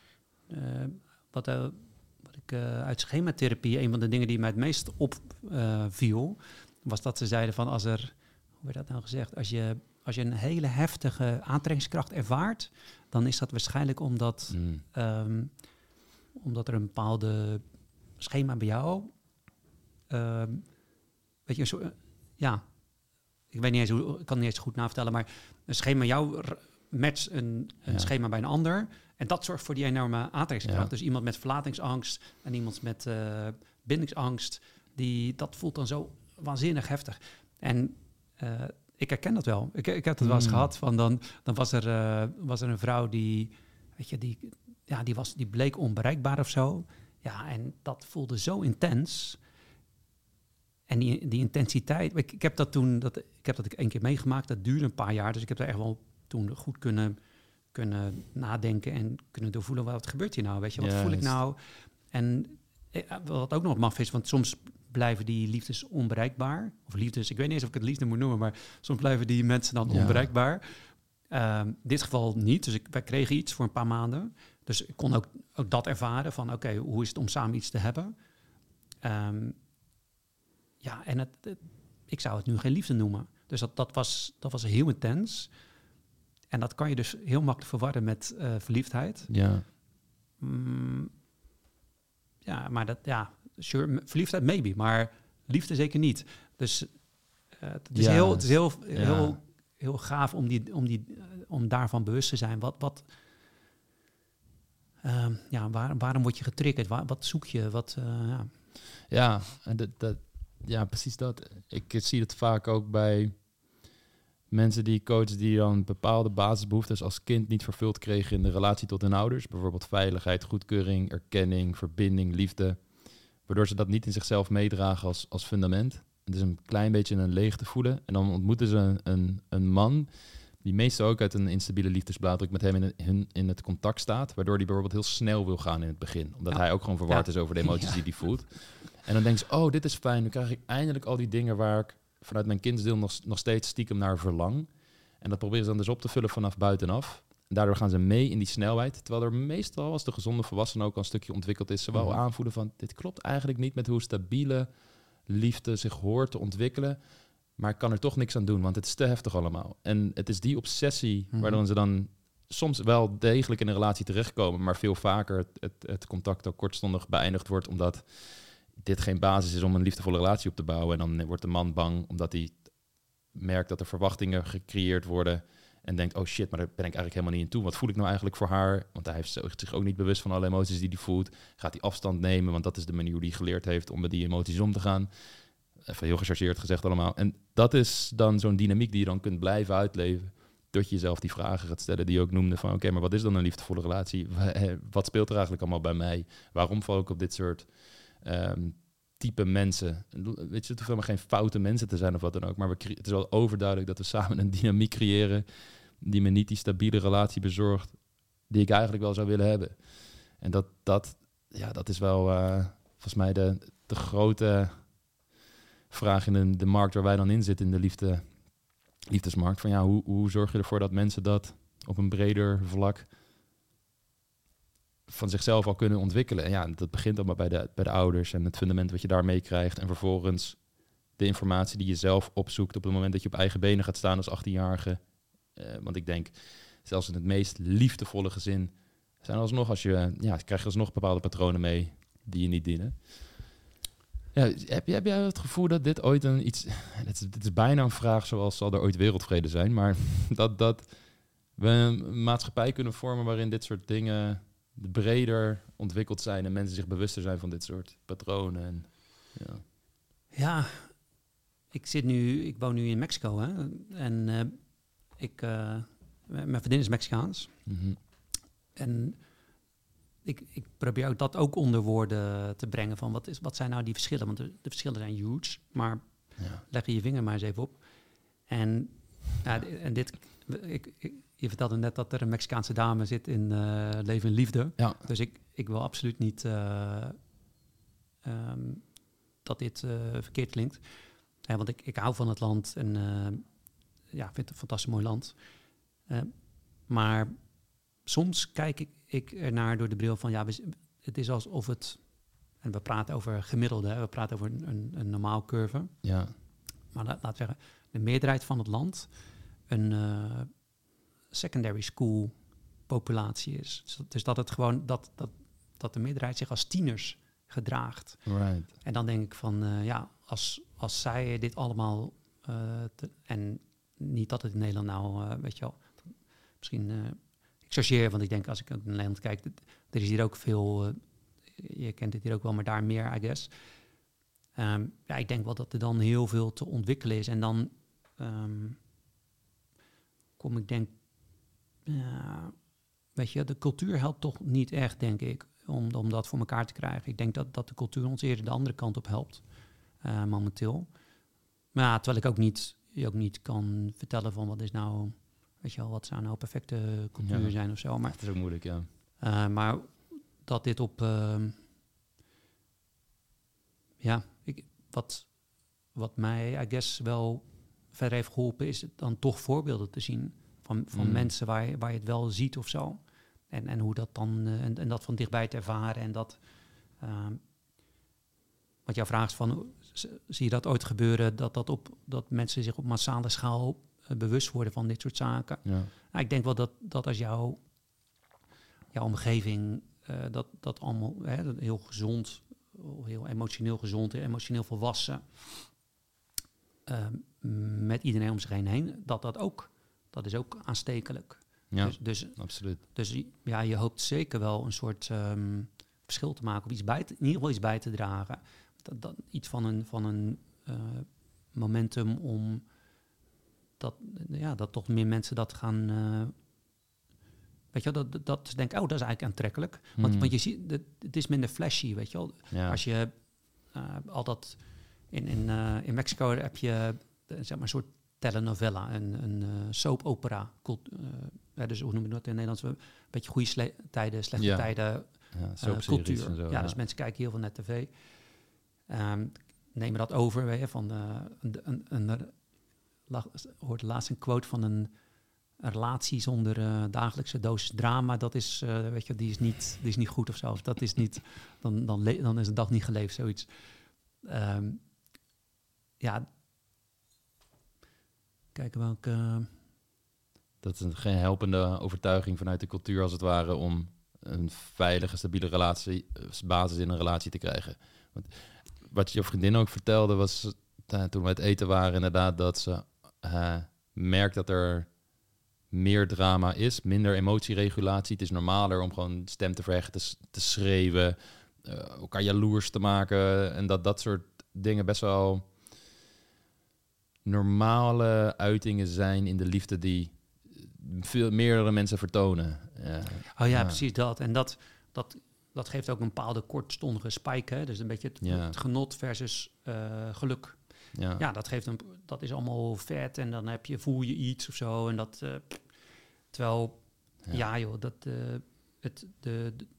wat, uh, wat ik uh, uit schematherapie, een van de dingen die mij het meest opviel, uh, was dat ze zeiden van als er, hoe werd dat nou gezegd, als je, als je een hele heftige aantrekkingskracht ervaart, dan is dat waarschijnlijk omdat, mm. um, omdat er een bepaalde schema bij jou, uh, weet je, zo, uh, ja, ik weet niet eens hoe, ik kan niet eens goed navertellen, maar een schema jou r- matcht een, een ja. schema bij een ander en dat zorgt voor die enorme aantrekkingskracht. Ja. Dus iemand met verlatingsangst en iemand met uh, bindingsangst, die dat voelt dan zo waanzinnig heftig. En uh, ik herken dat wel. Ik, ik heb het wel eens mm. gehad. Van dan, dan was er, uh, was er een vrouw die, weet je, die, ja, die was, die bleek onbereikbaar of zo. Ja, en dat voelde zo intens. En die, die intensiteit... Ik, ik heb dat toen... Dat, ik heb dat één keer meegemaakt. Dat duurde een paar jaar. Dus ik heb er echt wel toen goed kunnen, kunnen nadenken... en kunnen doorvoelen, wat gebeurt hier nou? Weet je, wat Juist. voel ik nou? En wat ook nog maf is... want soms blijven die liefdes onbereikbaar. Of liefdes... Ik weet niet eens of ik het liefde moet noemen... maar soms blijven die mensen dan ja. onbereikbaar. Um, in dit geval niet. Dus ik, wij kregen iets voor een paar maanden... Dus ik kon ook, ook dat ervaren van, oké, okay, hoe is het om samen iets te hebben? Um, ja, en het, het, ik zou het nu geen liefde noemen. Dus dat, dat, was, dat was heel intens. En dat kan je dus heel makkelijk verwarren met uh, verliefdheid. Ja. Um, ja, maar dat, ja, sure, verliefdheid maybe, maar liefde zeker niet. Dus uh, het is Ja, heel, het is heel, ja. heel, heel gaaf om die, om die, uh, om daarvan bewust te zijn. Wat, wat, uh, ja, waar, waarom word je getriggerd? Waar, wat zoek je? Wat, uh, ja. Ja, en dat, dat, ja, precies dat. Ik zie het vaak ook bij mensen die coachen die dan bepaalde basisbehoeftes als kind niet vervuld kregen in de relatie tot hun ouders. Bijvoorbeeld veiligheid, goedkeuring, erkenning, verbinding, liefde. Waardoor ze dat niet in zichzelf meedragen als, als fundament. Het is een klein beetje een leegte voelen. En dan ontmoeten ze een, een, een man die meestal ook uit een instabiele liefdesblauwdruk met hem in, in, in het contact staat. Waardoor hij bijvoorbeeld heel snel wil gaan in het begin. Omdat ja. hij ook gewoon verward ja. is over de emoties ja. die hij voelt. En dan denken ze, oh, dit is fijn. Nu krijg ik eindelijk al die dingen waar ik vanuit mijn kindsdeel nog, nog steeds stiekem naar verlang. En dat proberen ze dan dus op te vullen vanaf buitenaf. En daardoor gaan ze mee in die snelheid. Terwijl er meestal, als de gezonde volwassene ook al een stukje ontwikkeld is, ze wel mm. aanvoelen van, dit klopt eigenlijk niet met hoe stabiele liefde zich hoort te ontwikkelen. Maar ik kan er toch niks aan doen, want het is te heftig allemaal. En het is die obsessie mm-hmm. waardoor ze dan soms wel degelijk in een relatie terechtkomen, maar veel vaker het, het, het contact ook kortstondig beëindigd wordt, omdat dit geen basis is om een liefdevolle relatie op te bouwen. En dan wordt de man bang, omdat hij merkt dat er verwachtingen gecreëerd worden en denkt, oh shit, maar daar ben ik eigenlijk helemaal niet in toe. Wat voel ik nou eigenlijk voor haar? Want hij heeft zich ook niet bewust van alle emoties die hij voelt. Gaat hij afstand nemen, want dat is de manier hoe hij geleerd heeft om met die emoties om te gaan. Even heel gechargeerd gezegd allemaal. En dat is dan zo'n dynamiek die je dan kunt blijven uitleven, tot je jezelf die vragen gaat stellen die je ook noemde van, oké, okay, maar wat is dan een liefdevolle relatie? Wat speelt er eigenlijk allemaal bij mij? Waarom val ik op dit soort um, type mensen? Weet je, het hoeft helemaal geen foute mensen te zijn of wat dan ook, maar we cre- het is wel overduidelijk dat we samen een dynamiek creëren die me niet die stabiele relatie bezorgt die ik eigenlijk wel zou willen hebben. En dat, dat, ja, dat is wel uh, volgens mij de, de grote vraag in de, de markt waar wij dan in zitten, in de liefde, liefdesmarkt. Van ja, hoe, hoe zorg je ervoor dat mensen dat op een breder vlak van zichzelf al kunnen ontwikkelen? En ja, dat begint allemaal bij de, bij de ouders en het fundament wat je daar meekrijgt. En vervolgens de informatie die je zelf opzoekt op het moment dat je op eigen benen gaat staan als achttienjarige. Uh, want ik denk, zelfs in het meest liefdevolle gezin zijn alsnog, als je, ja, krijg je alsnog bepaalde patronen mee die je niet dienen. Ja, heb, heb jij het gevoel dat dit ooit een iets... Dit is, dit is bijna een vraag zoals zal er ooit wereldvrede zijn, maar dat, dat we een maatschappij kunnen vormen waarin dit soort dingen breder ontwikkeld zijn en mensen zich bewuster zijn van dit soort patronen. En, ja. ja, ik zit nu, ik woon nu in Mexico, hè, en uh, ik, uh, mijn vriendin is Mexicaans. Mm-hmm. En ik, ik probeer ook dat ook onder woorden te brengen van wat, is, wat zijn nou die verschillen? Want de, de verschillen zijn huge, maar ja. leg je je vinger maar eens even op. En, ja, en dit, ik, ik, je vertelde net dat er een Mexicaanse dame zit in uh, Leven en Liefde. Ja. Dus ik, ik wil absoluut niet uh, um, dat dit uh, verkeerd klinkt. Ja, want ik, ik hou van het land en uh, ja, vind het een fantastisch mooi land. Uh, maar soms kijk ik, ik ernaar door de bril van, ja, we, het is alsof het, en we praten over gemiddelde, hè, we praten over een, een, een normaal curve. Ja. Maar la, laten we zeggen, de meerderheid van het land een uh, secondary school populatie is. Dus, dus dat het gewoon, dat, dat, dat de meerderheid zich als tieners gedraagt. Right. En dan denk ik van, uh, ja, als, als zij dit allemaal, uh, te, en niet dat het in Nederland nou, uh, weet je wel, misschien... Uh, Ik chargeer, want ik denk als ik naar Nederland kijk, er is hier ook veel, uh, je kent het hier ook wel, maar daar meer, I guess. Um, ja, ik denk wel dat er dan heel veel te ontwikkelen is. En dan um, kom ik denk, uh, weet je, de cultuur helpt toch niet echt, denk ik, om, om dat voor elkaar te krijgen. Ik denk dat, dat de cultuur ons eerder de andere kant op helpt, uh, momenteel. Maar ja, terwijl ik ook niet, je ook niet kan vertellen van wat is nou... Weet je wel, wat zou nou perfecte cultuur ja. zijn of zo. Maar het is ook moeilijk, ja. Uh, maar dat dit op... Uh, ja, ik, wat, wat mij, I guess, wel verder heeft geholpen... is dan toch voorbeelden te zien van, van mm. mensen waar je, waar je het wel ziet of zo. En, en hoe dat dan... Uh, en, en dat van dichtbij te ervaren. En dat... Uh, wat jouw vraag is van... Zie je dat ooit gebeuren? Dat, dat, op, dat mensen zich op massale schaal... bewust worden van dit soort zaken. Ja. Nou, ik denk wel dat, dat als jouw, jouw omgeving uh, dat, dat allemaal hè, dat heel gezond, heel emotioneel gezond, emotioneel volwassen, uh, met iedereen om zich heen heen, dat dat ook, dat is ook aanstekelijk. Ja, dus, dus, absoluut. Dus ja, je hoopt zeker wel een soort um, verschil te maken, of iets bij te, in ieder geval iets bij te dragen. Dat, dat, iets van een, van een uh, momentum om dat, ja, dat toch meer mensen dat gaan. Uh, weet je wel, dat, dat denk oh, dat is eigenlijk aantrekkelijk. Want, Hmm. want je ziet, het, het is minder flashy, weet je wel. Ja. Als je uh, al dat in, in, uh, in Mexico heb je uh, zeg maar een soort telenovela, een, een uh, soap opera. Cult, uh, ja, dus hoe noem je dat in het Nederlands? Een beetje goede sle- tijden, slechte ja. tijden, ja, uh, cultuur. En zo, ja, ja, dus mensen kijken heel veel naar tv. Um, nemen dat over, weet je, van uh, een, een, een, een la, hoorde laatst een quote van een, een relatie zonder uh, dagelijkse dosis drama. Dat is, uh, weet je, die is niet, die is niet goed of zo. Of dat is niet, dan, dan, le- dan is een dag niet geleefd, zoiets. Um, ja. Kijken welke. Uh, Dat is een geen helpende overtuiging vanuit de cultuur, als het ware, om een veilige, stabiele relatie, basis in een relatie te krijgen. Want wat je vriendin ook vertelde was, uh, toen we het eten waren, inderdaad, dat ze uh, merkt dat er meer drama is, minder emotieregulatie. Het is normaler om gewoon stem te verheffen, te, te schreeuwen, uh, elkaar jaloers te maken. En dat dat soort dingen best wel normale uitingen zijn in de liefde die veel meerdere mensen vertonen. Uh, oh ja, ja, precies dat. En dat, dat, dat geeft ook een bepaalde kortstondige spike. Hè? Dus een beetje het, ja. het genot versus uh, geluk. Ja. ja, dat geeft een, dat is allemaal vet en dan heb je, voel je iets of zo. En dat, uh, terwijl, ja, ja joh, dat uh, het, de, de,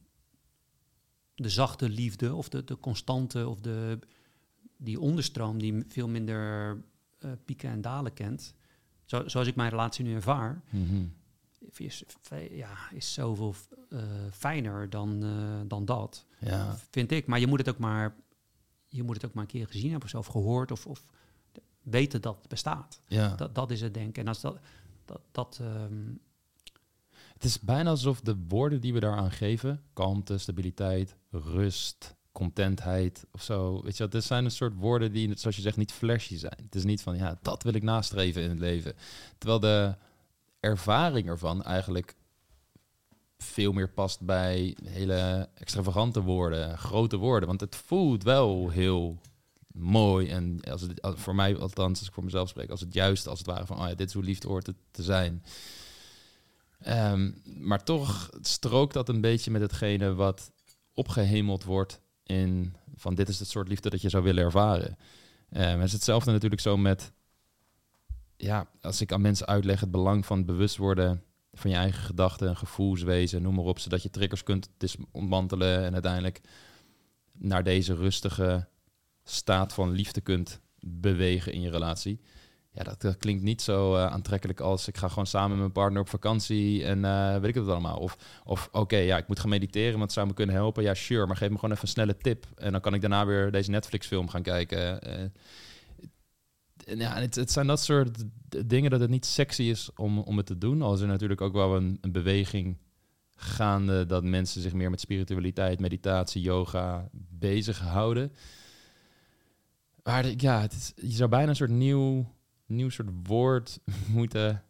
de zachte liefde of de, de constante of de, die onderstroom die veel minder uh, pieken en dalen kent. Zo, zoals ik mijn relatie nu ervaar, Mm-hmm. is, ja, is zoveel uh, fijner dan, uh, dan dat, ja. vind ik. Maar je moet het ook maar, je moet het ook maar een keer gezien hebben of zo, of gehoord of, of weten dat het bestaat. Ja. Dat, dat is het denken. En als dat, dat, dat um... het is bijna alsof de woorden die we daaraan geven, kalmte, stabiliteit, rust, contentheid of zo, weet je, dat zijn een soort woorden die, zoals je zegt, niet flashy zijn. Het is niet van, ja, dat wil ik nastreven in het leven. Terwijl de ervaring ervan eigenlijk veel meer past bij hele extravagante woorden, grote woorden. Want het voelt wel heel mooi. En als het, als voor mij althans, als ik voor mezelf spreek, als het juist als het ware van, oh ja, dit is hoe liefde hoort het te zijn. Um, maar toch strookt dat een beetje met hetgene wat opgehemeld wordt in van dit is het soort liefde dat je zou willen ervaren. Um, het is hetzelfde natuurlijk zo met, ja, als ik aan mensen uitleg het belang van bewust worden van je eigen gedachten, gevoelswezen, noem maar op, zodat je triggers kunt ontmantelen en uiteindelijk naar deze rustige staat van liefde kunt bewegen in je relatie. Ja, dat, dat klinkt niet zo uh, aantrekkelijk als ik ga gewoon samen met mijn partner op vakantie en uh, weet ik het allemaal. Of, of oké, okay, ja, ik moet gaan mediteren, want het zou me kunnen helpen. Ja, sure, maar geef me gewoon even een snelle tip. En dan kan ik daarna weer deze Netflix-film gaan kijken. Uh, en ja, het, het zijn dat soort dingen dat het niet sexy is om, om het te doen. Al is er natuurlijk ook wel een, een beweging gaande dat mensen zich meer met spiritualiteit, meditatie, yoga bezighouden. Maar de, ja, het is, je zou bijna een soort nieuw, nieuw soort woord moeten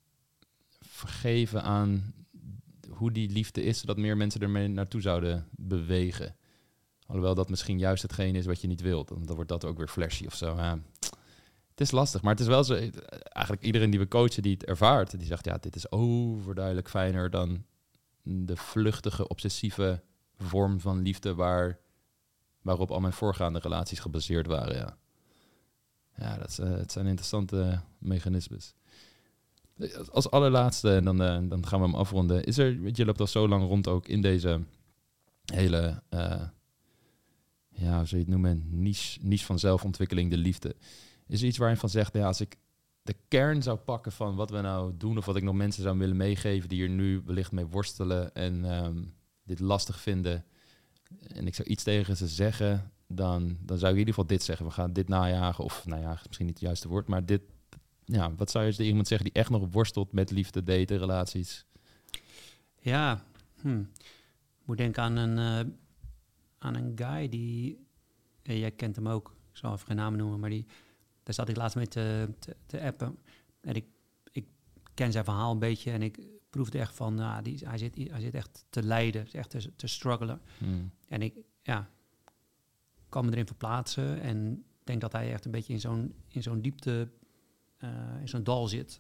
vergeven aan hoe die liefde is, zodat meer mensen ermee naartoe zouden bewegen. Alhoewel dat misschien juist hetgeen is wat je niet wilt. Dan, dan wordt dat ook weer flashy of zo. Ja. Het is lastig, maar het is wel zo. Eigenlijk iedereen die we coachen die het ervaart, die zegt ja, dit is overduidelijk fijner dan de vluchtige, obsessieve vorm van liefde waar, waarop al mijn voorgaande relaties gebaseerd waren. Ja, ja dat, is, uh, het zijn interessante mechanismes. Als allerlaatste, en dan, uh, dan gaan we hem afronden. Is er, je loopt al zo lang rond ook in deze hele, uh, ja, hoe zou je het noemen, niche, niche van zelfontwikkeling, de liefde. Is er iets waar je van zegt, ja, als ik de kern zou pakken van wat we nou doen of wat ik nog mensen zou willen meegeven die er nu wellicht mee worstelen en um, dit lastig vinden en ik zou iets tegen ze zeggen, dan, dan zou ik in ieder geval dit zeggen. We gaan dit najagen of, nou ja, misschien niet het juiste woord, maar dit, ja, wat zou je tegen iemand zeggen die echt nog worstelt met liefde, daten, relaties? Ja, hm. moet denken aan een, uh, aan een guy die... Ja, jij kent hem ook, ik zal even geen namen noemen, maar die, daar zat ik laatst mee te, te, te appen. En ik, ik ken zijn verhaal een beetje en ik proefde echt van, uh, die, hij, zit, hij zit echt te lijden, echt te, te struggelen. Hmm. En ik ja, kan me erin verplaatsen en denk dat hij echt een beetje in zo'n, in zo'n diepte, uh, in zo'n dal zit.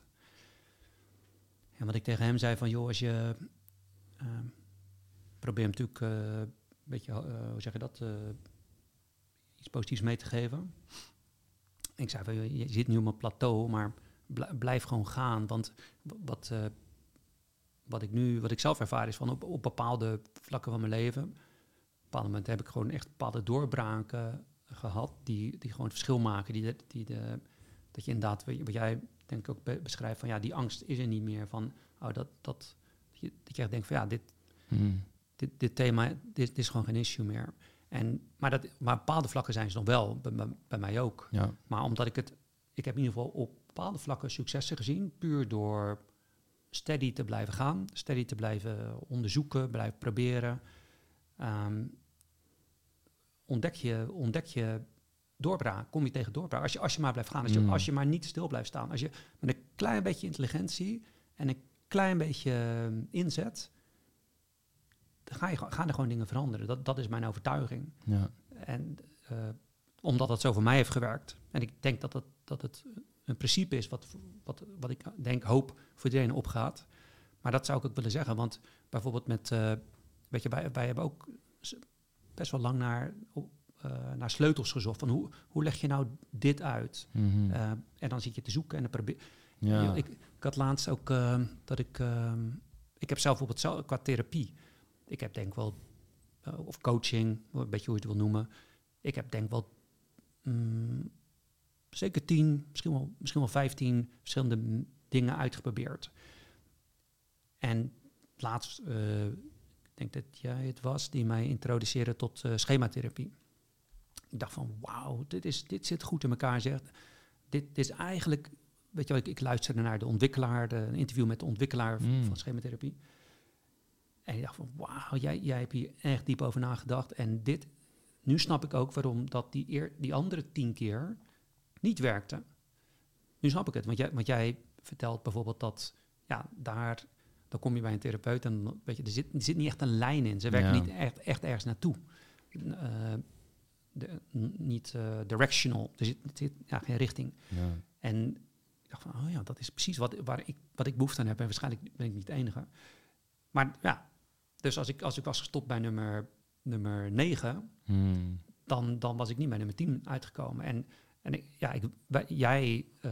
En wat ik tegen hem zei van, joh, als je... Uh, probeer hem natuurlijk uh, een beetje, uh, hoe zeg je dat... Uh, iets positiefs mee te geven. Ik zei van, je zit nu op een plateau, maar blijf gewoon gaan. Want wat, uh, wat ik nu, wat ik zelf ervaar is van op, op bepaalde vlakken van mijn leven, op een bepaald moment heb ik gewoon echt bepaalde doorbraken gehad, die, die gewoon het verschil maken. Die, die de, dat je inderdaad, wat jij denk ik ook be- beschrijft, van ja, die angst is er niet meer. Van, oh, dat, dat, dat, je, dat je echt denkt van ja, dit, hmm. dit, dit thema, dit, dit is gewoon geen issue meer. En, maar, dat, maar bepaalde vlakken zijn ze nog wel, bij, bij, bij mij ook. Ja. Maar omdat ik het... Ik heb in ieder geval op bepaalde vlakken successen gezien, puur door steady te blijven gaan, steady te blijven onderzoeken, blijven proberen. Um, ontdek je, ontdek je doorbraak, kom je tegen doorbraak. Als je, als je maar blijft gaan, als je, mm. als je maar niet stil blijft staan. Als je met een klein beetje intelligentie en een klein beetje inzet, dan ga je, gaan er gewoon dingen veranderen. Dat, dat is mijn overtuiging. Ja. En uh, omdat dat zo voor mij heeft gewerkt. En ik denk dat, dat, dat het een principe is wat, wat, wat ik denk, hoop voor iedereen opgaat. Maar dat zou ik ook willen zeggen. Want bijvoorbeeld met, uh, weet je, wij, wij hebben ook best wel lang naar, uh, naar sleutels gezocht. Van hoe, hoe leg je nou dit uit? Mm-hmm. Uh, en dan zit je te zoeken en dan probeer ja. ik, ik had laatst ook uh, dat ik... Uh, ik heb zelf bijvoorbeeld qua therapie... Ik heb denk wel, uh, of coaching, een beetje hoe je het wil noemen. Ik heb denk wel um, zeker tien, misschien wel, misschien wel vijftien verschillende m- dingen uitgeprobeerd. En laatst, uh, ik denk dat jij het was, die mij introduceerde tot uh, schematherapie. Ik dacht van, wauw, dit, is, dit zit goed in elkaar. Zegt. Dit, dit is eigenlijk, weet je wel, ik, ik luisterde naar de ontwikkelaar, de, een interview met de ontwikkelaar mm. van, van schematherapie. En ik dacht van, wauw, jij, jij hebt hier echt diep over nagedacht. En dit, nu snap ik ook waarom dat die, eer, die andere tien keer niet werkte. Nu snap ik het, want jij, want jij vertelt bijvoorbeeld dat, ja, daar, dan kom je bij een therapeut en weet je, er zit, er zit niet echt een lijn in. Ze werken ja. niet echt, echt ergens naartoe. Uh, de, n- niet uh, directional, er zit, er zit ja, geen richting. Ja. En ik dacht van, oh ja, dat is precies wat, waar ik, wat ik behoefte aan heb. En waarschijnlijk ben ik niet de enige. Maar ja, dus als ik, als ik was gestopt bij nummer, nummer negen, hmm. dan, dan was ik niet bij nummer tien uitgekomen. En, en ik, ja, ik, wij, jij, uh,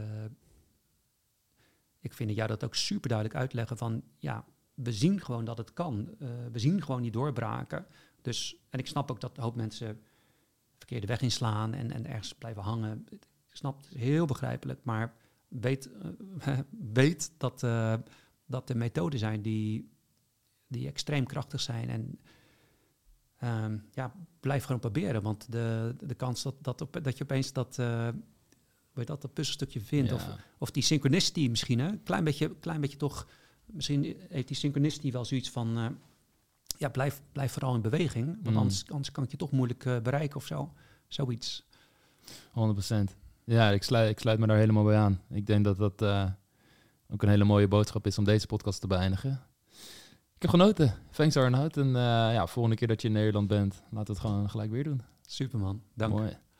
ik vind dat jij dat ook super duidelijk uitleggen van, ja, we zien gewoon dat het kan. Uh, we zien gewoon die doorbraken. Dus, en ik snap ook dat een hoop mensen verkeerde weg inslaan en, en ergens blijven hangen. Ik snap het, heel begrijpelijk, maar weet, uh, weet dat, uh, dat er methoden zijn die... die extreem krachtig zijn. En um, ja, blijf gewoon proberen. Want de, de kans dat, dat, op, dat je opeens dat, uh, weet dat, dat puzzelstukje vindt... Ja. Of, of die synchronicity misschien, hè? Klein beetje, klein beetje toch... Misschien heeft die synchronicity wel zoiets van... Uh, ja, blijf, blijf vooral in beweging. Want mm. anders, anders kan ik je toch moeilijk uh, bereiken of zo. Zoiets. honderd procent. Ja, ik sluit, ik sluit me daar helemaal bij aan. Ik denk dat dat uh, ook een hele mooie boodschap is om deze podcast te beëindigen. Ik heb genoten. Thanks Arnoud. En uh, ja, volgende keer dat je in Nederland bent, laten we het gewoon gelijk weer doen. Superman, dank. Mooi.